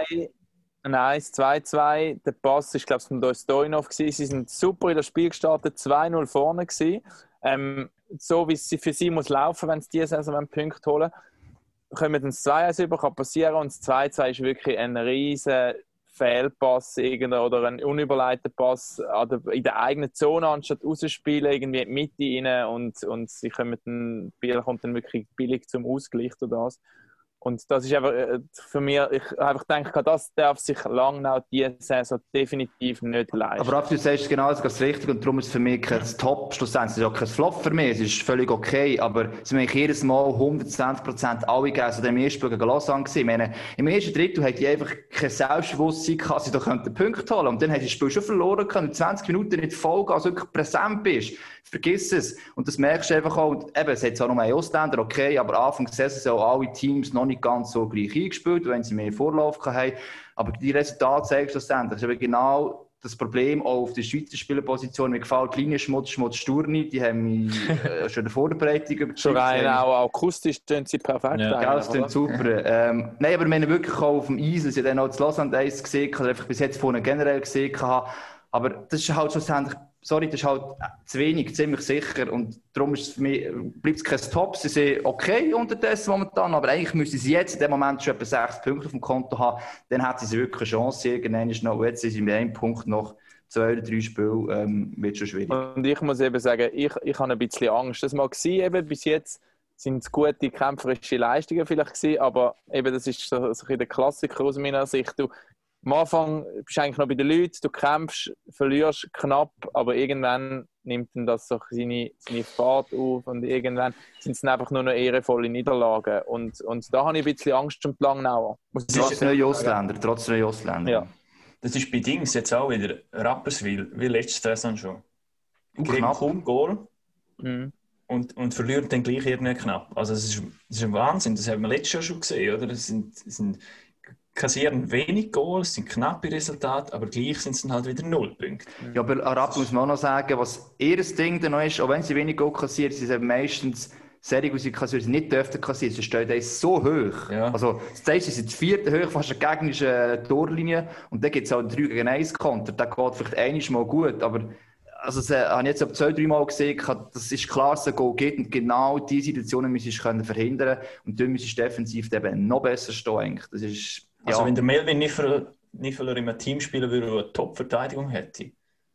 Nein, zwei zwei. Der Pass ist, glaube ich, von Dostojnov gewesen. Sie sind super in das Spiel gestartet, zwei null vorne gewesen. Ähm, so wie es für sie muss laufen, wenn sie diese Saison einen Punkt holen, können wir dann das zwei eins über, kann passieren. Und das zwei zwei ist wirklich ein riesen Fehlpass oder ein unüberleiteter Pass in der eigenen Zone, anstatt rausspielen, irgendwie in die Mitte rein. Und, und sie kommen dann, Biel kommt dann wirklich billig zum Ausgleich oder das. Und das ist einfach für mich, ich einfach denke, das darf sich Langnau diese Saison definitiv nicht leisten. Aber du sagst genau das richtig und darum ist es für mich kein Top, schlussendlich. Es ist auch kein Flop für mich, es ist völlig okay, aber es haben jedes Mal hundertzwanzig Prozent alle gegeben, also im ersten Spiel gegen Lausanne gewesen. Ich meine, im ersten Drittel hatten die einfach kein Selbstbewusstsein gehabt, sie da könnten Punkte holen. Und dann haben sie das Spiel schon verloren können, in zwanzig Minuten nicht Folge, also wirklich präsent bist. Vergiss es. Und das merkst du einfach auch. Und eben, es hat zwar noch mehr Ausländer, okay, aber Anfang der Saison sind auch alle Teams noch nicht ganz so gleich eingespielt, wenn sie mehr Vorlauf hatten. Aber die Resultate zeigen schlussendlich. Das ist eben genau das Problem auch auf der Schweizer Spielerposition. Mir gefällt Linie Schmutz, Schmutz, Sturni, die haben mich äh, schon in der Vorbereitung überzeugt. Schon rein auch akustisch sind sie perfekt. Ja, ja das klingt super. Ähm, nein, aber wir haben wirklich auch auf dem Eis, dass ich dann auch das Lausanne Eis gesehen habe, oder einfach bis jetzt vorne generell gesehen habe. Aber das ist halt schlussendlich, sorry, das ist halt zu wenig, ziemlich sicher. Und darum ist es für mich, bleibt es kein Top. Sie sind okay unterdessen momentan, aber eigentlich müssen sie jetzt in dem Moment schon etwa sechs Punkte auf dem Konto haben. Dann hätten sie wirklich eine Chance. Irgendwann ist noch, jetzt sind sie mit einem Punkt noch zwei oder drei Spiele, ähm, wird schon schwierig. Und ich muss eben sagen, ich, ich habe ein bisschen Angst. Das mag sein, eben bis jetzt sind es gute kämpferische Leistungen vielleicht gewesen, aber eben das ist so, so ein der Klassiker aus meiner Sicht. Du, Am Anfang bist du eigentlich noch bei den Leuten, du kämpfst, verlierst knapp, aber irgendwann nimmt dann das so seine, seine Fahrt auf und irgendwann sind es einfach nur noch ehrenvolle Niederlagen. Und, und da habe ich ein bisschen Angst um die Langnauer. Trotz neue Ausländer, trotz neue Ausländer. Ja. Das ist bei Dings jetzt auch wieder Rapperswil, wie letzte Saison schon. Die kriegen kaum Goal mhm. und, und verlieren dann gleich irgendwie knapp. Also das ist, das ist ein Wahnsinn, das haben wir letztes Jahr schon gesehen, oder? Das sind... Das sind kassieren wenig Goals, sind knappe Resultate, aber gleich sind es dann halt wieder null Punkte. Ja, aber Arab muss man auch noch sagen, was ihr Ding dann noch ist, auch wenn sie wenig Goal kassieren, sie sind meistens Serie, die sie kassieren, sie nicht dürften kassieren, sie stehen so hoch. Ja. Also, das heißt, sie sind das vierte hoch, fast eine gegnerische Torlinie und dann gibt es auch einen drei gegen eins Konter, der geht vielleicht einmal gut, aber also, das habe ich jetzt ab zwei, drei Mal gesehen, das ist klar, dass es ein Goal gibt und genau diese Situationen müssen sie verhindern und dann müssen sie defensiv eben noch besser stehen eigentlich. Das ist... Also ja. Wenn der Melvin Niffeler in einem Team spielen würde, das eine Top-Verteidigung hätte,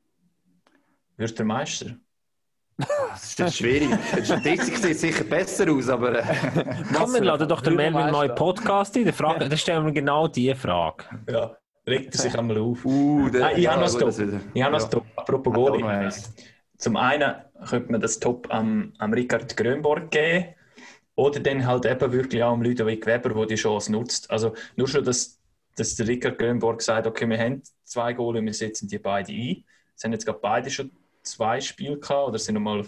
wirst du der Meister? Das ist jetzt schwierig. Die Statistik sieht sicher besser aus, aber... Äh, Komm, wir laden doch den Melvin einen neuen Podcast in. Frage, dann stellen wir genau diese Frage. Ja, regt er sich einmal auf. Uh, der, Nein, ich ja, habe noch das Top. Ich habe noch das Top. Apropos Goalie. Zum einen könnte man das Top am, am Richard Grönborg geben. Oder dann halt eben wirklich auch am Ludovic Weber, der die Chance nutzt. Also nur schon, dass, dass der Richard Grönborg sagt, okay, wir haben zwei Goal, wir setzen die beide ein. Es haben jetzt gerade beide schon zwei Spiele gehabt, oder sind nochmal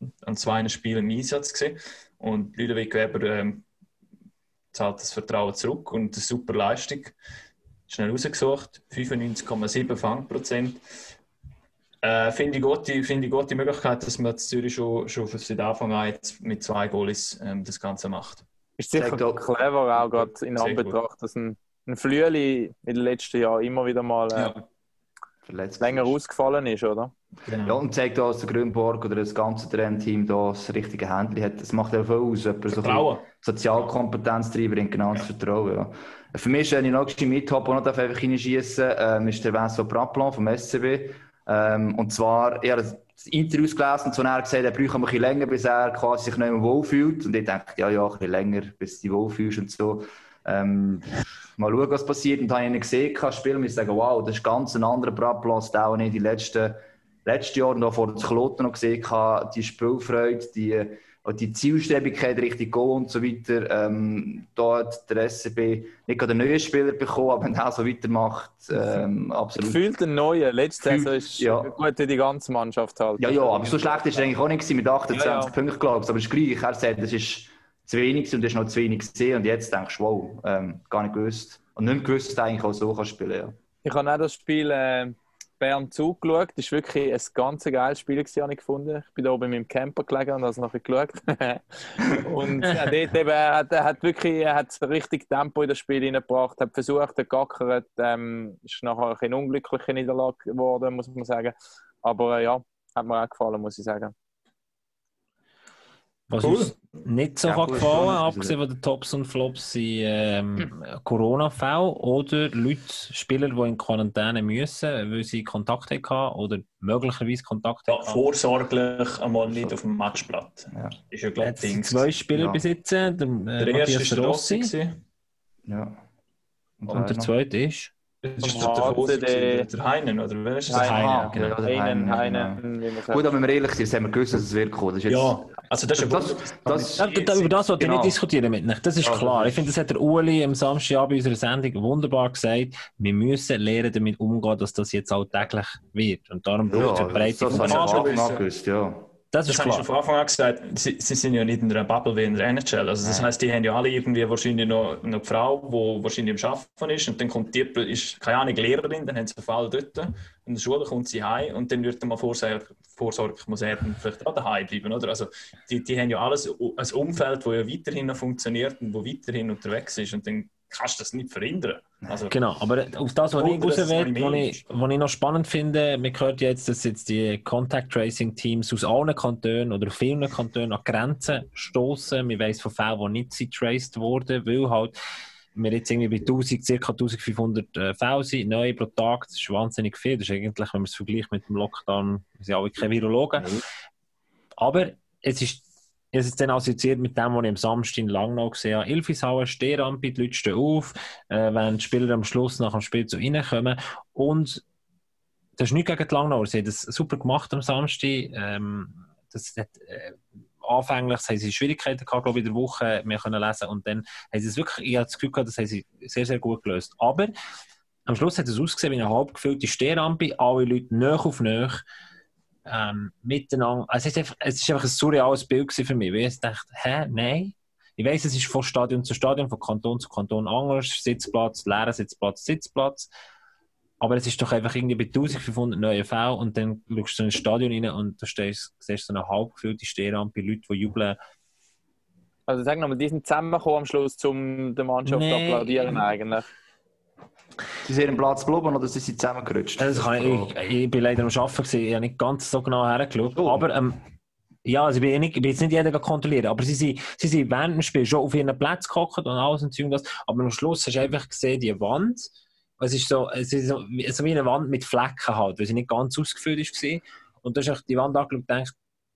an zwei Spielen im Einsatz gewesen. Und Ludovic Weber ähm, zahlt das Vertrauen zurück und eine super Leistung. Schnell rausgesucht, fünfundneunzig Komma sieben Fangprozent. Äh, finde ich gute, finde ich gute Möglichkeit, dass man Zürich schon, schon von Anfang an jetzt mit zwei Goalies ähm, das Ganze macht. Ist sicher clever auch gerade in Anbetracht, dass ein, ein Flüeli in den letzten Jahren immer wieder mal äh, Ja. länger ausgefallen ist, oder? Genau. Ja, und zeigt auch, dass der Grünborg oder das ganze Trainerteam da das richtige Händchen hat. Das macht ja viel aus, jemand so Vertrauen. Sozialkompetenz reinbringt, genau das Vertrauen. Ja. Für mich ist, wenn ich noch mithabe und noch einfach reinschießen darf, ähm, ist der Vincent Praplan vom S C B. Ähm, und zwar, er hat das Interview gelesen und so er gesagt, er braucht ein bisschen länger, bis er quasi sich nicht mehr wohlfühlt. Und ich dachte, ja, ja, ein bisschen länger, bis du dich wohlfühlst und so. Ähm, mal schauen, was passiert. Und dann habe ich ihn gesehen, kann spielen und ich sage, wow, das ist ganz ein anderer Praplan, den ich die letzten, letzten Jahre noch vor der Kloten noch gesehen habe. Die Spielfreude, die, die Zielstrebigkeit, richtig Goal und so weiter. Ähm, da hat der S C B nicht gerade einen neuen Spieler bekommen, aber wenn er so weitermacht, ähm, absolut. Gefühlt ein neuer. Letzte Gefühlt, Saison ist ja. gut wie die ganze Mannschaft halt. Ja, ja, aber so schlecht ist er eigentlich auch nicht gewesen, mit achtundzwanzig Ja, ja. Punkten, glaube ich. Aber es ist gleich. Er sagt, das ist zu wenig und das ist noch zu wenig gesehen. Und jetzt denkst du, wow, ähm, gar nicht gewusst. Und nicht gewusst, dass er eigentlich auch so kann spielen kann. Ja. Ich habe auch das Spiel äh, Bern zugeschaut. Das war wirklich ein ganz geiles Spiel, gewesen, habe ich gefunden. Ich bin da oben in meinem Camper gelegen und habe es noch ein bisschen geschaut. Und ja, dort eben, er hat, er hat wirklich er hat richtig Tempo in das Spiel hineingebracht, hat versucht, hat gackert, ähm, ist nachher eine unglückliche Niederlage geworden, muss man sagen. Aber äh, ja, hat mir auch gefallen, muss ich sagen. Was Cool. uns nicht so Ja, hat cool, gefallen, spannend. abgesehen von den Tops und Flops, sind ähm, Corona-Fälle oder Leute, Spieler, die in Quarantäne müssen, weil sie Kontakt hatten oder möglicherweise Kontakt Ja, hatten. vorsorglich einmal nicht auf dem Matchblatt. Ja. Ist ja, glaube Jetzt ich, sind Dings. zwei Spieler Ja. besitzen, der, äh, Der erste Matthias ist der Rossi Rossi. gewesen. Ja. und der zweite ist Das ist Vom der H C Rossi, D. gewesen, der Heinen, oder wer ist das? Heinen. Aha, genau. ja, der Heinen, Heinen, Heinen, wie man sagt. Gut, aber wenn wir ehrlich sind, haben wir gewusst, dass es wird kommen. Das ist jetzt, Ja, also das ist ja das, das, Ja, da, über das wollte ich Genau. nicht diskutieren mit euch. Das ist Ja, klar. das Ich finde, das hat der Uli am Samstag bei unserer Sendung wunderbar gesagt. Wir müssen lernen, damit umgehen, dass das jetzt alltäglich wird. Und darum braucht es ja, eine Breite das von habe ich Anfang von an Anfang an gewusst, ja. Das Das ist habe ich klar. schon von Anfang an gesagt, sie, sie sind ja nicht in einer Bubble wie in der N H L. Also das Nein. heisst, die haben ja alle irgendwie wahrscheinlich noch, noch eine Frau, die wahrscheinlich am Arbeiten ist und dann kommt die, ist keine Ahnung, Lehrerin, dann haben sie einen Fall dort. In der Schule kommt sie heim und dann wird man vorsorglich, vorsorglich muss er dann vielleicht auch daheim bleiben, oder? Also die, die haben ja alles ein Umfeld, das ja weiterhin noch funktioniert und wo weiterhin unterwegs ist und dann kannst du das nicht verhindern. Also, Genau, aber auf das, was ich Oder, dass raus es will, noch was mehr ich, was ich noch spannend finde, man hört jetzt, dass jetzt die Contact Tracing Teams aus allen Kantonen oder vielen Kantonen an Grenzen stoßen. Wir weiss von Fällen, die nicht sind traced wurden, weil halt wir jetzt irgendwie bei tausend, ca. eintausendfünfhundert äh, Fälle sind, neu pro Tag. Das ist wahnsinnig viel. Das ist eigentlich, wenn man es vergleicht mit dem Lockdown, wir sind alle keine Virologen. Mhm. Aber es ist Es ist dann assoziiert mit dem, was ich am Samstag in Langnau gesehen habe. Ilfishauen, Stehrampe, die Leute stehen auf, äh, wenn die Spieler am Schluss nach dem Spiel zu ihnen kommen. Und das ist nichts gegen die Langnauer. Sie haben das super gemacht am Samstag. Ähm, das hat, äh, anfänglich haben sie Schwierigkeiten gehabt, glaube ich, in der Woche mehr können lesen. Und dann haben sie es wirklich, ich habe das Gefühl gehabt, das haben sie sehr, sehr gut gelöst. Aber am Schluss hat es ausgesehen wie eine halb gefüllte Stehrampe, alle Leute nah auf nah. Ähm, miteinander. Also es, ist einfach, es ist einfach ein surreales Bild für mich, weil ich dachte, hä, nein. Ich weiss, es ist von Stadion zu Stadion, von Kanton zu Kanton anders, Sitzplatz, leerer Sitzplatz, Sitzplatz. Aber es ist doch einfach irgendwie bei eintausendfünfhundert neuen Fällen und dann schaust du in ein Stadion rein und da stehst, siehst du so eine halb gefüllte Stehrampe, Leute, die jubeln. Also sag nochmal, die sind zusammengekommen am Schluss, um der Mannschaft zu Nee. applaudieren eigentlich. Sie sind am Platz geblieben oder sind sie zusammengerutscht? Also kann ich, ich, ich bin leider am Arbeiten gewesen, ich habe nicht ganz so genau hergeschaut. Oh. Aber ähm, ja, also ich, bin nicht, ich bin jetzt nicht jeden kontrollieren, aber sie sind, sie sind während dem Spiel schon auf ihren Platz gehockt und alles und so und das. Aber am Schluss hast du einfach gesehen, die Wand, es ist so, es ist so, so wie eine Wand mit Flecken halt, weil sie nicht ganz ausgefüllt war. Und da hast du die Wand angeschaut und denkst,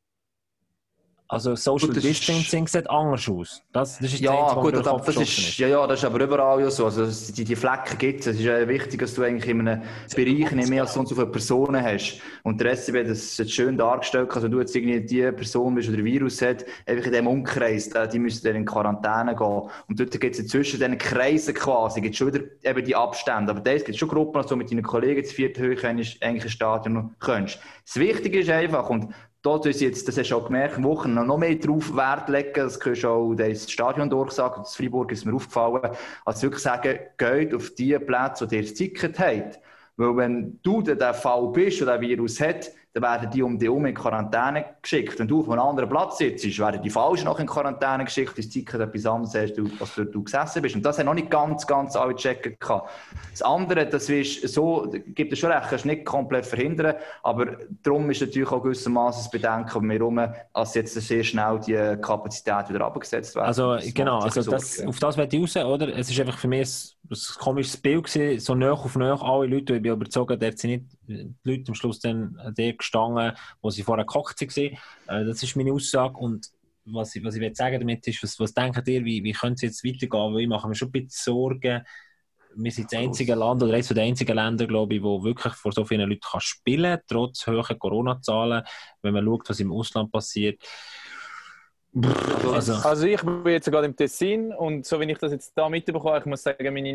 also Social Gut, das ist- Distancing sieht anders aus. Das, das ist Ja, das, was gut, mir durch den das, Kopf das geschossen ist, ja, ja, das ist aber überall ja so. Also, es- die, die Flecken gibt es. Es ist ja wichtig, dass du eigentlich in einem Bereich nicht mehr als so und so viele Personen hast. Und der S C B hat das jetzt schön dargestellt. Also, du jetzt irgendwie die Person bist, die den Virus hat, einfach in diesem Umkreis, da- die müssen dann in Quarantäne gehen. Und dort gibt es zwischen diesen Kreisen quasi, gibt schon wieder eben die Abstände. Aber es gibt schon Gruppen, also mit deinen Kollegen zu viert hoch eigentlich ein Stadion noch kannst. Das Wichtige ist einfach, und da tun sie jetzt, das hast du auch gemerkt, Wochen noch mehr drauf Wert legen, das kannst du auch das Stadion durchsagen, das Freiburg ist mir aufgefallen, als wirklich sagen, geht auf die Plätze, die ihr das Ticket habt. Weil wenn du der Fall bist oder der Virus hat, dann werden die um dich herum in Quarantäne geschickt. Wenn du auf einem anderen Platz sitzt, werden die Falschen noch in Quarantäne geschickt, das Ticket etwas anderes hast, als du, du gesessen bist. Und das haben noch nicht ganz, ganz alle checken gehabt. Das andere, das ist so, gibt es schon recht, kannst du nicht komplett verhindern, aber darum ist natürlich auch gewissermaßen das Bedenken um mich herum, als jetzt sehr schnell die Kapazität wieder abgesetzt wird. Also genau, also das, auf das möchte ich raus, oder? Es ist einfach für mich ein, ein komisches Bild gewesen, so nah auf nah alle Leute, ich bin überzeugt, dort sind nicht die Leute am Schluss dann dort gestanden, wo sie vorher gehockt waren. Das ist meine Aussage. Und was ich, was ich sagen damit ist, was, was denkt ihr, wie, wie könnte es jetzt weitergehen? Weil ich mache mir schon ein bisschen Sorgen. Wir sind das einzige Land, oder eines der einzigen Länder, glaube ich, wo wirklich vor so vielen Leuten kann spielen kann, trotz hoher Corona-Zahlen, wenn man schaut, was im Ausland passiert. Also, also ich bin jetzt gerade im Tessin und so wie ich das jetzt da mitbekomme, ich muss sagen, meine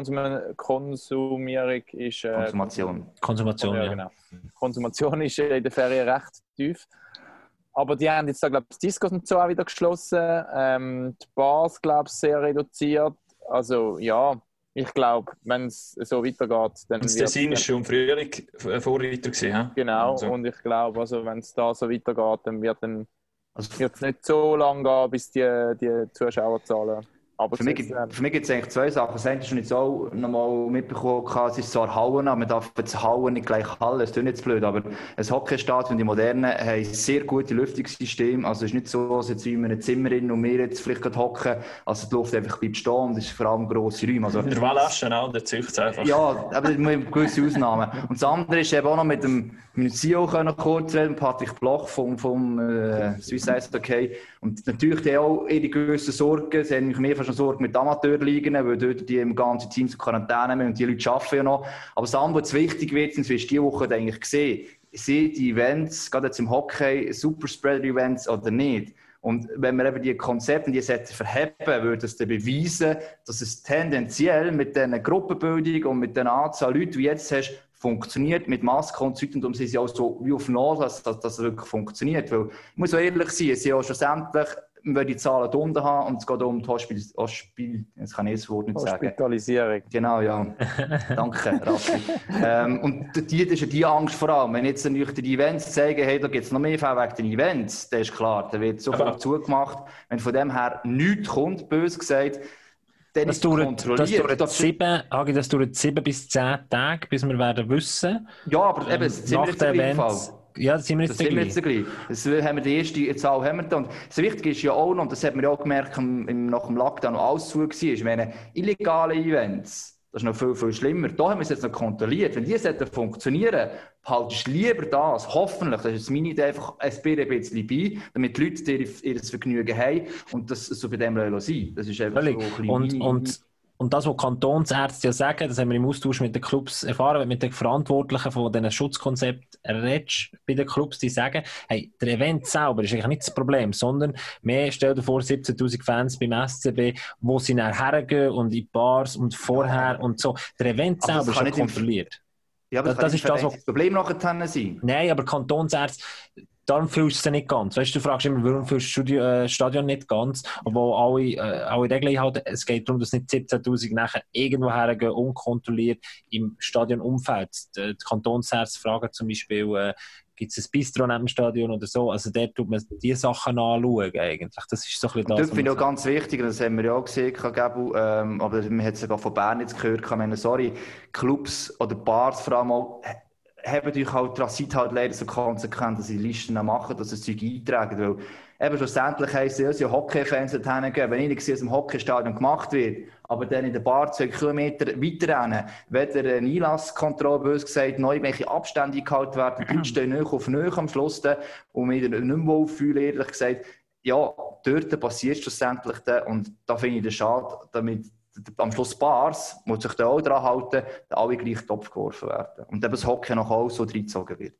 News-Konsumierung ist... Äh, Konsumation. Konsumation, ja. Genau. Konsumation ist in der Ferien recht tief. Aber die haben jetzt da, glaube ich, das Discos und so auch wieder geschlossen. Ähm, die Bars, glaube ich, sehr reduziert. Also ja, ich glaube, wenn es so weitergeht, dann... Das Tessin war schon im Frühling Vorreiter gewesen, ja? Genau, also. Und ich glaube, also, wenn es da so weitergeht, dann wird dann... Also es wird nicht so lange gehen, bis die, die Zuschauerzahlen... Aber für, mich, für mich gibt es eigentlich zwei Sachen. Das eine ist schon jetzt auch nochmal mitbekommen, es ist zwar Hauen, aber man darf jetzt Hauen nicht gleich Halle, das ist nicht blöd, aber ein Hockeystadion und die Modernen haben sehr gute Lüftungssysteme, also es ist nicht so, dass jetzt wie in einem Zimmer in und wir jetzt vielleicht gerade hocken, also die Luft einfach bleibt stehen und es ist vor allem grosse Räume. Also, der Wallaschen auch, der züchtet es einfach. Ja, aber mit gewisse Ausnahmen. Und das andere ist eben auch noch mit dem, mit dem C E O können kurz reden, Patrick Bloch vom, vom äh, Swiss Ice Hockey. Und natürlich die auch ihre gewissen Sorgen, sie haben mehr schon Sorgen mit Amateurligen, weil dort die im ganzen Team zur Quarantäne haben und die Leute arbeiten ja noch. Aber das andere, was wichtig wird, sind wir diese Woche eigentlich gesehen, sind die Events, gerade jetzt im Hockey, Superspreader-Events oder nicht. Und wenn wir eben die Konzepte, die Sätze verheben, würde das dann beweisen, dass es tendenziell mit dieser Gruppenbildung und mit der Anzahl Leute, wie jetzt hast, funktioniert mit Maske und so weiter. Und darum sind sie auch so wie auf Null, dass das wirklich funktioniert. Weil, ich muss auch ehrlich sein, es sind ja schlussendlich, wir die Zahlen unten haben und es geht um die Hospital... Hospital jetzt kann ich das Wort nicht sagen. Hospitalisierung. Genau, ja. Danke, Raffi. ähm, und die, das ist ja die Angst vor allem. Wenn jetzt natürlich die Events zeigen, hey, da gibt es noch mehr Fälle wegen den Events, dann ist klar, da wird sofort aber zugemacht. Wenn von dem her nichts kommt, böse gesagt, dann das ist es kontrolliert. Das dauert, das, sieben, das dauert sieben bis zehn Tage, bis wir werden wissen. Ja, aber eben, es sind wir jetzt im Fall. Ja, das sind wir jetzt das sind wir jetzt gleich. Das haben wir die erste Zahl haben wir da. Und das Wichtige ist ja auch noch, und das hat man ja auch gemerkt, im, nach dem Lockdown noch alles zu war, ich meine, illegale Events, das ist noch viel, viel schlimmer. Da haben wir es jetzt noch kontrolliert. Wenn die sollten funktionieren, behaltest du lieber das, hoffentlich, das ist meine Idee, einfach ein bisschen bei, damit die Leute ihr, ihr Vergnügen haben und das so bei dem sein. Das ist einfach Völlig. so ein und, meine, und Und das, was Kantonsärzte ja sagen, das haben wir im Austausch mit den Clubs erfahren, mit den Verantwortlichen von diesen Schutzkonzepten redest bei den Clubs, die sagen, hey, der Event selber ist eigentlich nicht das Problem, sondern mehr, stell dir vor, siebzehntausend Fans beim S C B, wo sie nachher hergehen und in Bars und vorher und so. Der Event aber selber ist ja kontrolliert. Ja, aber das, das, das ist das, was das Problem nachher sein. Nein, aber Kantonsärzte, darum fühlst du es nicht ganz. Weißt, du fragst immer, warum fühlst du das Stadion nicht ganz, obwohl alle, äh, alle Regeln halten. Es geht darum, dass nicht siebzehntausend nachher irgendwo hergehen, unkontrolliert im Stadionumfeld. Die, die Kantonsärzte fragen zum Beispiel, äh, gibt es ein Bistro neben dem Stadion oder so? Also dort tut man diese Sachen anschauen eigentlich. Das ist so ein bisschen das, das finde ich auch ganz wichtig, das haben wir ja auch gesehen, Gabu, ähm, aber man hat es sogar von Bern jetzt gehört, ich meine, sorry, Clubs oder Bars vor allem auch, haben natürlich halt Transit halt leider so konsequent, dass sie Listen machen, dass sie Zeug eintragen, weil eben schlussendlich heisst es ja, Hockey-Fans dorthin gehen, wenn ich nicht sehe, dass im Hockeystadion gemacht wird, aber dann in der Bar zwei Kilometer weiter rennen, weder eine Einlasskontrolle, bös gesagt, noch irgendwelche Abstände gehalten werden, die Leute stehen nahe auf nahe am Schluss dann, und mich nicht mehr wohlfühlen, ehrlich gesagt, ja, dort passiert es schlussendlich dann, und da finde ich das schade, damit am Schluss Bars, muss sich da auch daran halten, dass alle gleich Topf geworfen werden. Und eben das Hockey noch auch so reingezogen wird.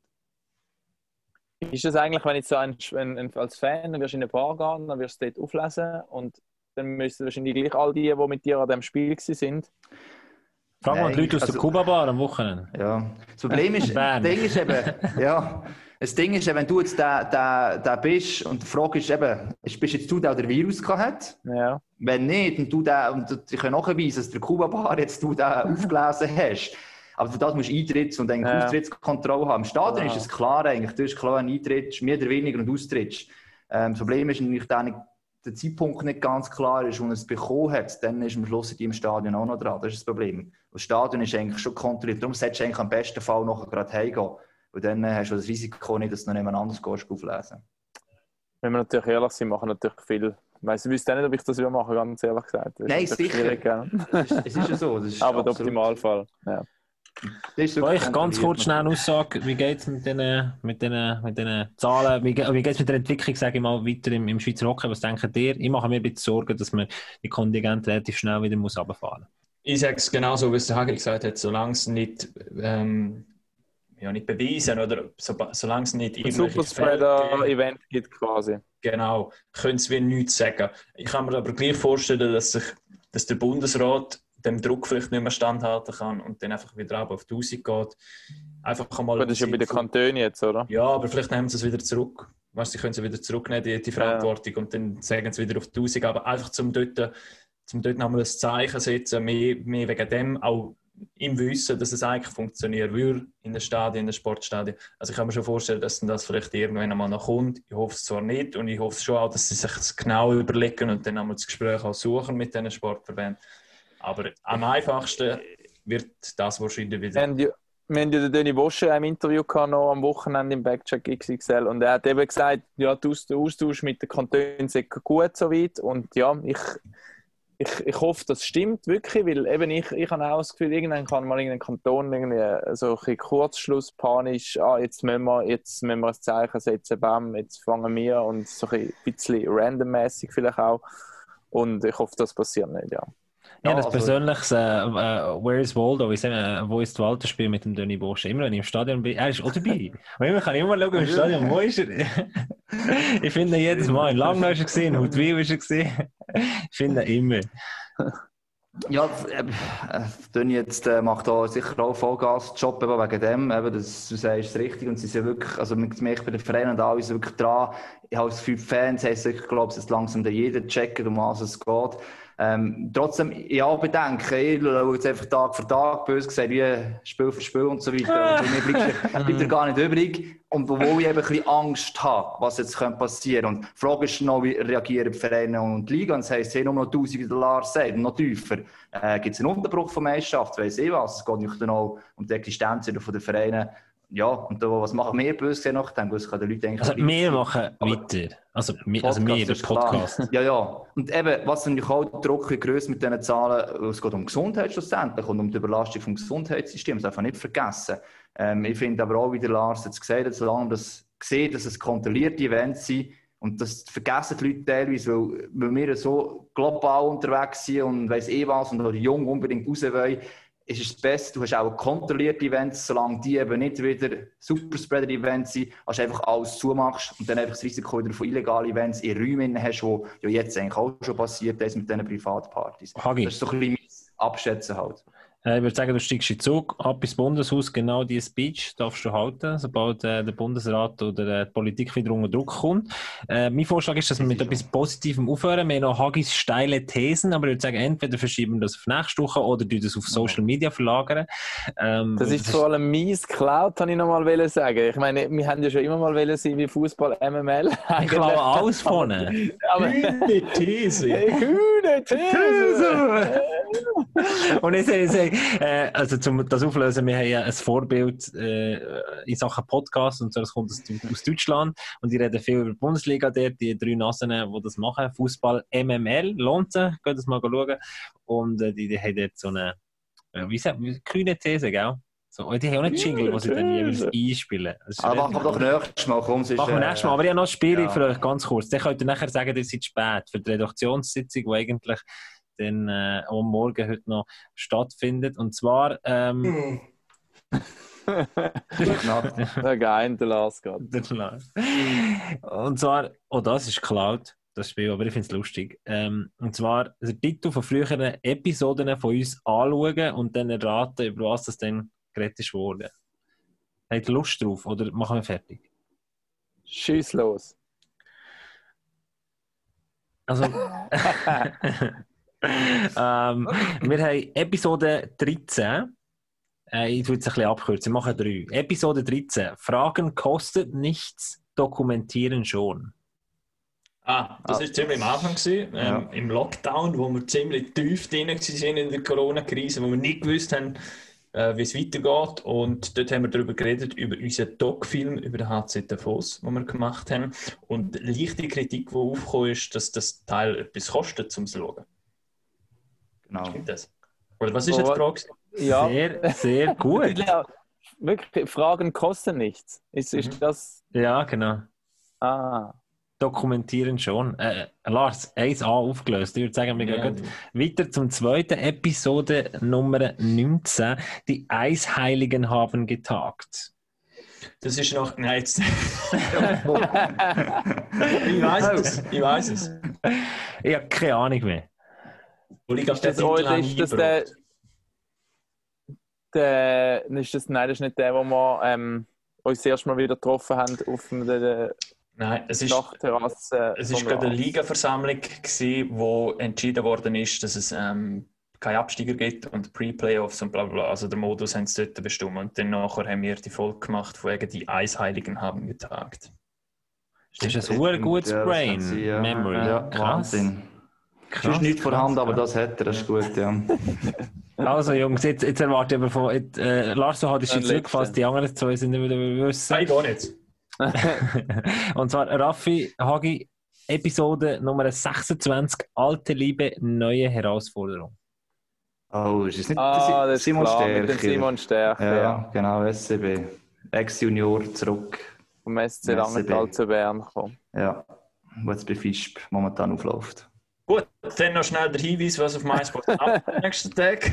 Ist das eigentlich, wenn jetzt so ein, ein, als Fan dann wirst du in eine Bar gehen, dann wirst du dort auflesen und dann müssen wahrscheinlich gleich all die, die mit dir an diesem Spiel sind? Frag mal die Leute aus also, der Kuba-Bar am Wochenende. Ja, das Problem ist, das Ding ist eben, ja, Das Ding ist, wenn du jetzt der, der, der bist und die Frage ist eben, bist jetzt du der, der den Virus gehabt hat? Ja. Wenn nicht, und du den, und ich kann nachweisen, dass der Kuba-Bar jetzt du den aufgelesen hast. Aber für das musst du Eintritts- und eigentlich Ja. Austrittskontrolle haben. Im Stadion Ja. ist es klar eigentlich, du hast klar einen Eintritt, mehr oder weniger und Austritt. Ähm, das Problem ist natürlich, dass der Zeitpunkt nicht ganz klar ist, und er es bekommen hat, dann ist am Schluss die im Stadion auch noch dran. Das ist das Problem. Das Stadion ist eigentlich schon kontrolliert. Darum solltest du eigentlich am besten Fall noch gerade heimgehen. Und dann äh, hast du das Risiko nicht, dass du noch jemand anderes gehst, auflesen. Wenn wir natürlich ehrlich sind, machen natürlich viel. Ich weiss, ich wüsste nicht, ob ich das wieder mache, ganz ehrlich gesagt. Das Nein, ist natürlich sicher. schwierig, gell? Es ist, es ist ja so. Das ist Aber der absolut- Optimalfall. Ja. Das ist Bei wirklich euch ganz kurz kontrolliert. schnell eine Aussage, wie geht es mit diesen mit den, mit den Zahlen, wie, ge- wie geht es mit der Entwicklung, sage ich mal, weiter im, im Schweizer Hockey? Was denkt ihr? Ich mache mir ein bisschen Sorgen, dass man die Kontingente relativ schnell wieder muss runterfahren muss. Ich sage es genauso, wie es der Hagi gesagt hat, solange es nicht, ähm, ja, nicht beweisen oder so, solange es nicht Ein irgendwelche Superspreader-Event gibt quasi. Genau, können es wie nichts sagen. Ich kann mir aber gleich vorstellen, dass, sich, dass der Bundesrat dem Druck vielleicht nicht mehr standhalten kann und dann einfach wieder runter auf tausend geht. Einfach einmal Das ist ja bei den Kantonen jetzt, oder? Ja, aber vielleicht nehmen sie es wieder zurück. Weißt, sie können sie wieder zurücknehmen, die, die Verantwortung, ja. Und dann sagen sie wieder auf tausend. Aber einfach zum dort, zum dort nochmal ein Zeichen setzen, mehr, mehr wegen dem, auch im Wissen, dass es eigentlich funktionieren würde in den Stadien, in den Sportstadien. Also ich kann mir schon vorstellen, dass dann das vielleicht irgendwann einmal noch kommt. Ich hoffe es zwar nicht und ich hoffe es schon auch, dass sie sich das genau überlegen und dann einmal das Gespräch auch suchen mit diesen Sportverbänden. Aber am einfachsten wird das wahrscheinlich wieder... Wir haben ja, wir haben ja den Döni Bosche im Interview gehabt, noch am Wochenende im Backcheck X X L, und er hat eben gesagt, ja, der Austausch mit den Kantonen ist gut soweit, und ja, ich, ich, ich hoffe, das stimmt wirklich, weil eben ich, ich habe auch das Gefühl, irgendwann kann mal irgendein Kanton irgendwie so ein bisschen Kurzschluss, panisch, ah, jetzt müssen wir, jetzt müssen wir ein Zeichen setzen, bam, jetzt fangen wir, und so ein bisschen randommäßig vielleicht auch, und ich hoffe, das passiert nicht, ja. Ja, Ja, das also- persönliches äh, äh, Where is Waldo, ich sage, äh, wo ist Walter Spiel mit dem Döni Bosch? Immer wenn ich im Stadion bin, er ist auch dabei. Und immer kann ich immer schauen im Stadion, wo ist er? Ich finde ihn jedes Mal. In Langnau ist er gesehen, in Huttwil ist er gesehen. Ich finde ihn immer. Ja, äh, Döni jetzt äh, macht da sicher auch Vollgas-Job eben wegen dem, eben, das, du sagst es richtig, und sie sind wirklich, also man merkt bei den Vereinen und alle sind wirklich dran. Ich habe es für die Fans, ich glaube, es ist langsam der jeder checkt, um was es geht. Ähm, trotzdem, ja, bedenken, ich schaue jetzt einfach Tag für Tag, böse gesagt, wie Spiel für Spiel und so weiter. Und mir bleibt, bleibt er gar nicht übrig. Und obwohl ich eben ein bisschen Angst habe, was jetzt passieren könnte. Und die Frage ist noch, wie reagieren die Vereine und die Liga. Und das heisst, sie haben nur noch tausend, wie der Lars sagt, und noch tiefer. Äh, gibt es einen Unterbruch von Meisterschaft, weiss ich was. Es geht nicht dann auch um die Existenz von den Vereinen. Ja, und da, was machen wir böse gesagt noch? Dann kann den Leuten eigentlich... Also wir machen weiter. Also, wir, also wir, der ist klar. Podcast. Ja, ja. Und eben, was natürlich auch der Druck grösser mit diesen Zahlen, es geht um Gesundheit schlussendlich und um die Überlastung vom Gesundheitssystem, das darf man nicht vergessen. Ähm, ich finde aber auch, wie der Lars jetzt gesagt hat, solange das sieht, dass es kontrollierte Events sind, und das vergessen die Leute teilweise, weil, weil wir so global unterwegs sind und weiss eh was und auch die Jungen unbedingt raus wollen, ist es das Beste, du hast auch kontrollierte Events, solange die eben nicht wieder Superspreader-Events sind, als du einfach alles zumachst und dann einfach das Risiko wieder von illegalen Events in Räumen hast, wo ja jetzt eigentlich auch schon passiert ist mit diesen Privatpartys. Hagi. Das ist so ein bisschen mein Abschätzen halt. Äh, ich würde sagen, du steigst in den Zug, ab ins Bundeshaus, genau diese Speech darfst du halten, sobald äh, der Bundesrat oder äh, die Politik wieder unter Druck kommt. Äh, mein Vorschlag ist, dass wir mit etwas Positivem aufhören. Wir haben noch Hagis steile Thesen, aber ich würde sagen, entweder verschieben wir das auf nächste Woche oder du das auf Social Media verlagern. Ähm, Das ist vor allem mies Cloud, kann ich noch mal sagen. Ich meine, wir haben ja schon immer mal wollen sein wie Fußball M M L. Ich klaue alles vorne. Aber Die These. Grüne These! Und ich sage, ich sage äh, also zum das auflösen, wir haben ja ein Vorbild äh, in Sachen Podcast, und so, das kommt aus, aus Deutschland, und die reden viel über die Bundesliga dort, die drei Nasen, die das machen, Fußball M M L, lohnt sich, geht das mal schauen, und äh, die, die haben dort so eine, äh, wie sagt man, grüne These, gell? So, die haben auch einen Jingle, den sie dann jeweils einspielen. Aber machen wir doch nächstes Mal, komm, es ist, Machen wir nächstes Mal, aber ich habe noch ein Spiel ja. für euch, ganz kurz. Dann könnt ihr nachher sagen, ihr seid spät für die Redaktionssitzung, die eigentlich dann äh, am Morgen heute noch stattfindet. Und zwar... Ähm, Ja, geil, der Lars gerade. Und zwar, oh, das ist geklaut, das Spiel, aber ich finde es lustig. Ähm, und zwar der Titel von früheren Episoden von uns anschauen und dann erraten, über was das dann geredet ist worden. Habt ihr Lust drauf oder machen wir fertig? Schieß los. Also, ähm, wir haben Episode dreizehn. Äh, ich würde es ein bisschen abkürzen. Wir machen drei. Episode dreizehn. Fragen kostet nichts, dokumentieren schon. Ah, das war ah. ziemlich am Anfang, gewesen, ähm, ja. im Lockdown, wo wir ziemlich tief drin waren in der Corona-Krise, wo wir nicht gewusst haben, äh, wie es weitergeht. Und dort haben wir darüber geredet, über unseren Doc-Film, über den H Z Davos, den wir gemacht haben. Und leichte Kritik, die aufgekommen ist, dass das Teil etwas kostet, um es zu schauen. Genau. Stimmt das? Oder was ist jetzt die Frage? Ja. Sehr, sehr gut. Ja, wirklich, Fragen kosten nichts. Ist, ist Mhm. das... Ja, genau. Ah. Dokumentieren schon. Äh, Lars, eins A aufgelöst. Ich würde sagen, wir Ja. gehen weiter zum zweiten Episode Nummer neunzehn. Die Eisheiligen haben getagt. Das ist noch... Nein, jetzt... ich weiß es. Ich weiß es. Ich habe keine Ahnung mehr. Und ich glaube, Ist das, der Titel habe ich ist das der, der... Ist das, nein, das ist nicht der, wo wir ähm, uns das erste Mal wieder getroffen haben auf der Nein, es ist... Dachterrasse. Es war vom gerade eine Lars. Ligaversammlung, gewesen, wo entschieden worden ist, dass es ähm, keine Absteiger gibt und Pre-Playoffs und bla bla bla. Also der Modus haben sie dort bestimmt. Und dann nachher haben wir die Folge gemacht, von wegen die Eisheiligen haben getagt. Das ist ein sehr gutes Ja, das Brain hat sie, ja. Memory. Ja, Krass. Wahnsinn. Es Krass, ist nicht krass, vorhanden, aber krass. das hat er, das ist gut, ja. Also Jungs, jetzt, jetzt erwarte ich aber von... Jetzt, äh, Lars, du hattest Ein dich zurückgefasst, die anderen zwei sind nicht wieder wissen. Nein, gar nicht. Und zwar Raffi, Hagi, Episode Nummer sechsundzwanzig, alte Liebe, neue Herausforderung. Oh, ist es nicht Ah, der das ist Simon klar, Stärker? mit dem Simon Stärker, Ja, ja. genau, S C B. Ex-Junior zurück. Vom S C S C B. Langenthal zu Bern gekommen. Ja, wo jetzt bei Fischb momentan aufläuft. Gut, dann noch schnell der Hinweis, was auf MySports ab am nächsten Tag.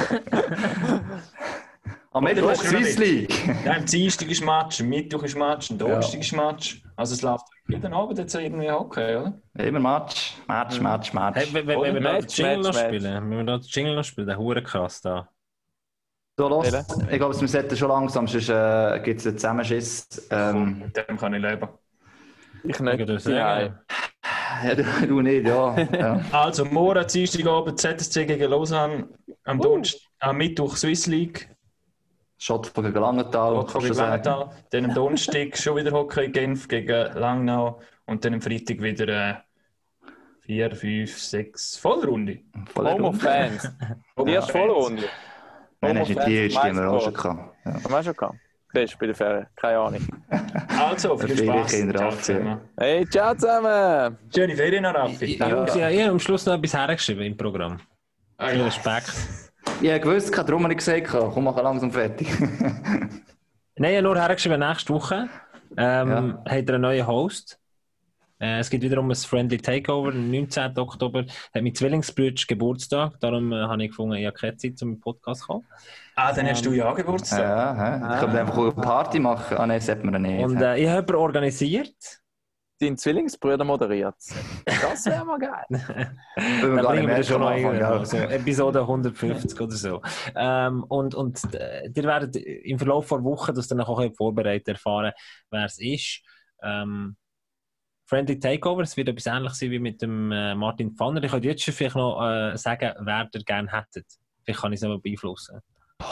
Am Mittwoch weißt du noch Swiss nicht. League. Ja, am Dienstag ist Match, am Mittwoch ist Match, am Donnerstag ist Match. Also es läuft jeden Abend jetzt irgendwie Hockey, oder? Immer Match, Match, Match, Match. Hey, wenn, wenn, wenn wir da den Match, Jingle noch Match, Match. spielen, wenn wir da den Jingle noch spielen, der hure krass da. So, los. Welche? Ich glaube, wir sollten schon langsam, sonst äh, gibt es einen Zusammenschiss. Ähm, Mit dem kann ich leben. Ich Ich würde nicht. sagen. Nein. ja, du, du nicht, ja. ja. Also morgen, Dienstagabend Z S C gegen Lausanne, am, Donnerstag, am Mittwoch Swiss League, Schott von gegen Langenthal, Hockey kannst du gegen sagen. Langenthal, dann am Donnerstag schon wieder Hockey Genf gegen Langnau und dann am Freitag wieder äh, vier, fünf, sechs Vollrunde. Volle Homo Runde. Fans. Die erste Vollrunde. Nein, hast du nicht die erste, die wir auch schon gehabt. gehabt. Ja. Haben wir schon gehabt? Siehst du, bei der Ferien. Keine Ahnung. Also, viel Viele Spaß. Kinder Ciao auf, ja. zusammen. Hey, ciao zusammen! Schöne Ferien, Raffi. Ich, Jungs, ja, ich habe am Schluss noch etwas hergeschrieben im Programm. Ah, Viel ja. Respekt. Ich habe gewusst, darum habe ich gesagt, komm, mach langsam fertig. Nein, ich habe nur hergeschrieben, nächste Woche ähm, hat er einen neuen Host. Äh, es geht wiederum ein Friendly Takeover, am neunzehnten Oktober hat mein Zwillingsbruder Geburtstag, darum äh, habe ich gefunden, ich habe keine Zeit, um im Podcast zu kommen. Ah, dann hast du ja Geburtstag. Ja, ja. Ich könnte einfach auch eine Party machen. Ah, nein, das sollte man nicht. Und äh, ich habe jemanden organisiert. Dein Zwillingsbruder moderiert. Das wäre mal geil. Will man Dann gar bringen nicht wir das schon noch am Anfang, irgendwo, ja. so Episode hundertfünfzig oder so. Ähm, und und äh, ihr werdet im Verlauf der Woche das dann auch vorbereitet erfahren, wer es ist. Ähm, Friendly Takeover, es wird etwas ähnlich sein wie mit dem äh, Martin Pfanner. Ich könnte jetzt schon vielleicht noch äh, sagen, wer ihr gerne hättet. Vielleicht kann ich es noch beeinflussen.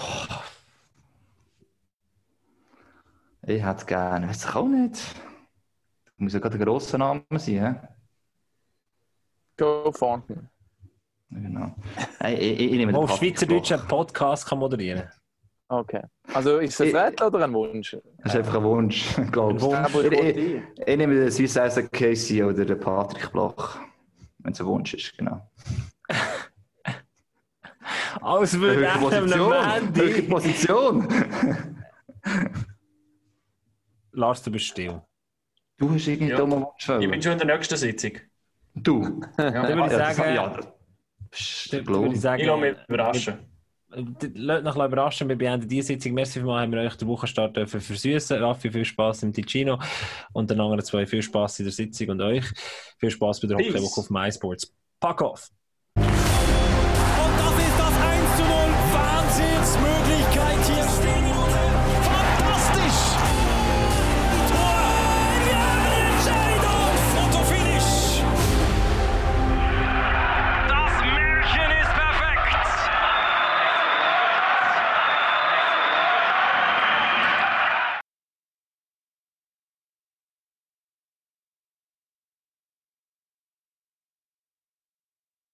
Ich hätte gerne, weiß ich auch nicht. Muss ja gerade ein grosser Name sein, hä? Go Fountain. Genau. Hey, ich, ich, ich nehme Wo den auf Patrick Schweizerdeutsch Bloch. einen Podcast kann moderieren Okay. Also ist es Ich- ein Rätsel oder ein Wunsch? Das ist einfach ein Wunsch, glaubst du? Ein Aber Ich, ich ich, will ich nehme den Swiss Isaac Casey oder den Patrick Bloch. Wenn es ein Wunsch ist, genau. Als würde Welche ich Position? einem Welche Mandy... Position? Lars, du bist still. Du hast irgendwie Ja. dummen Wunsch. Ich bin wollen. schon in der nächsten Sitzung. Du? Ja. Dann würde ich Ja, das- sagen... ja, das- Psst, dann würde ich sagen Ich lasse mich überraschen. Lasst noch überraschen, wir beenden diese Sitzung. Merci vielmals, haben wir euch den Wochenstart dürfen versüßen. Raffi, viel Spass im Ticino und den anderen zwei viel Spass in der Sitzung und euch. Viel Spass bei der Peace. Hockeywoche auf MySports. Pack off!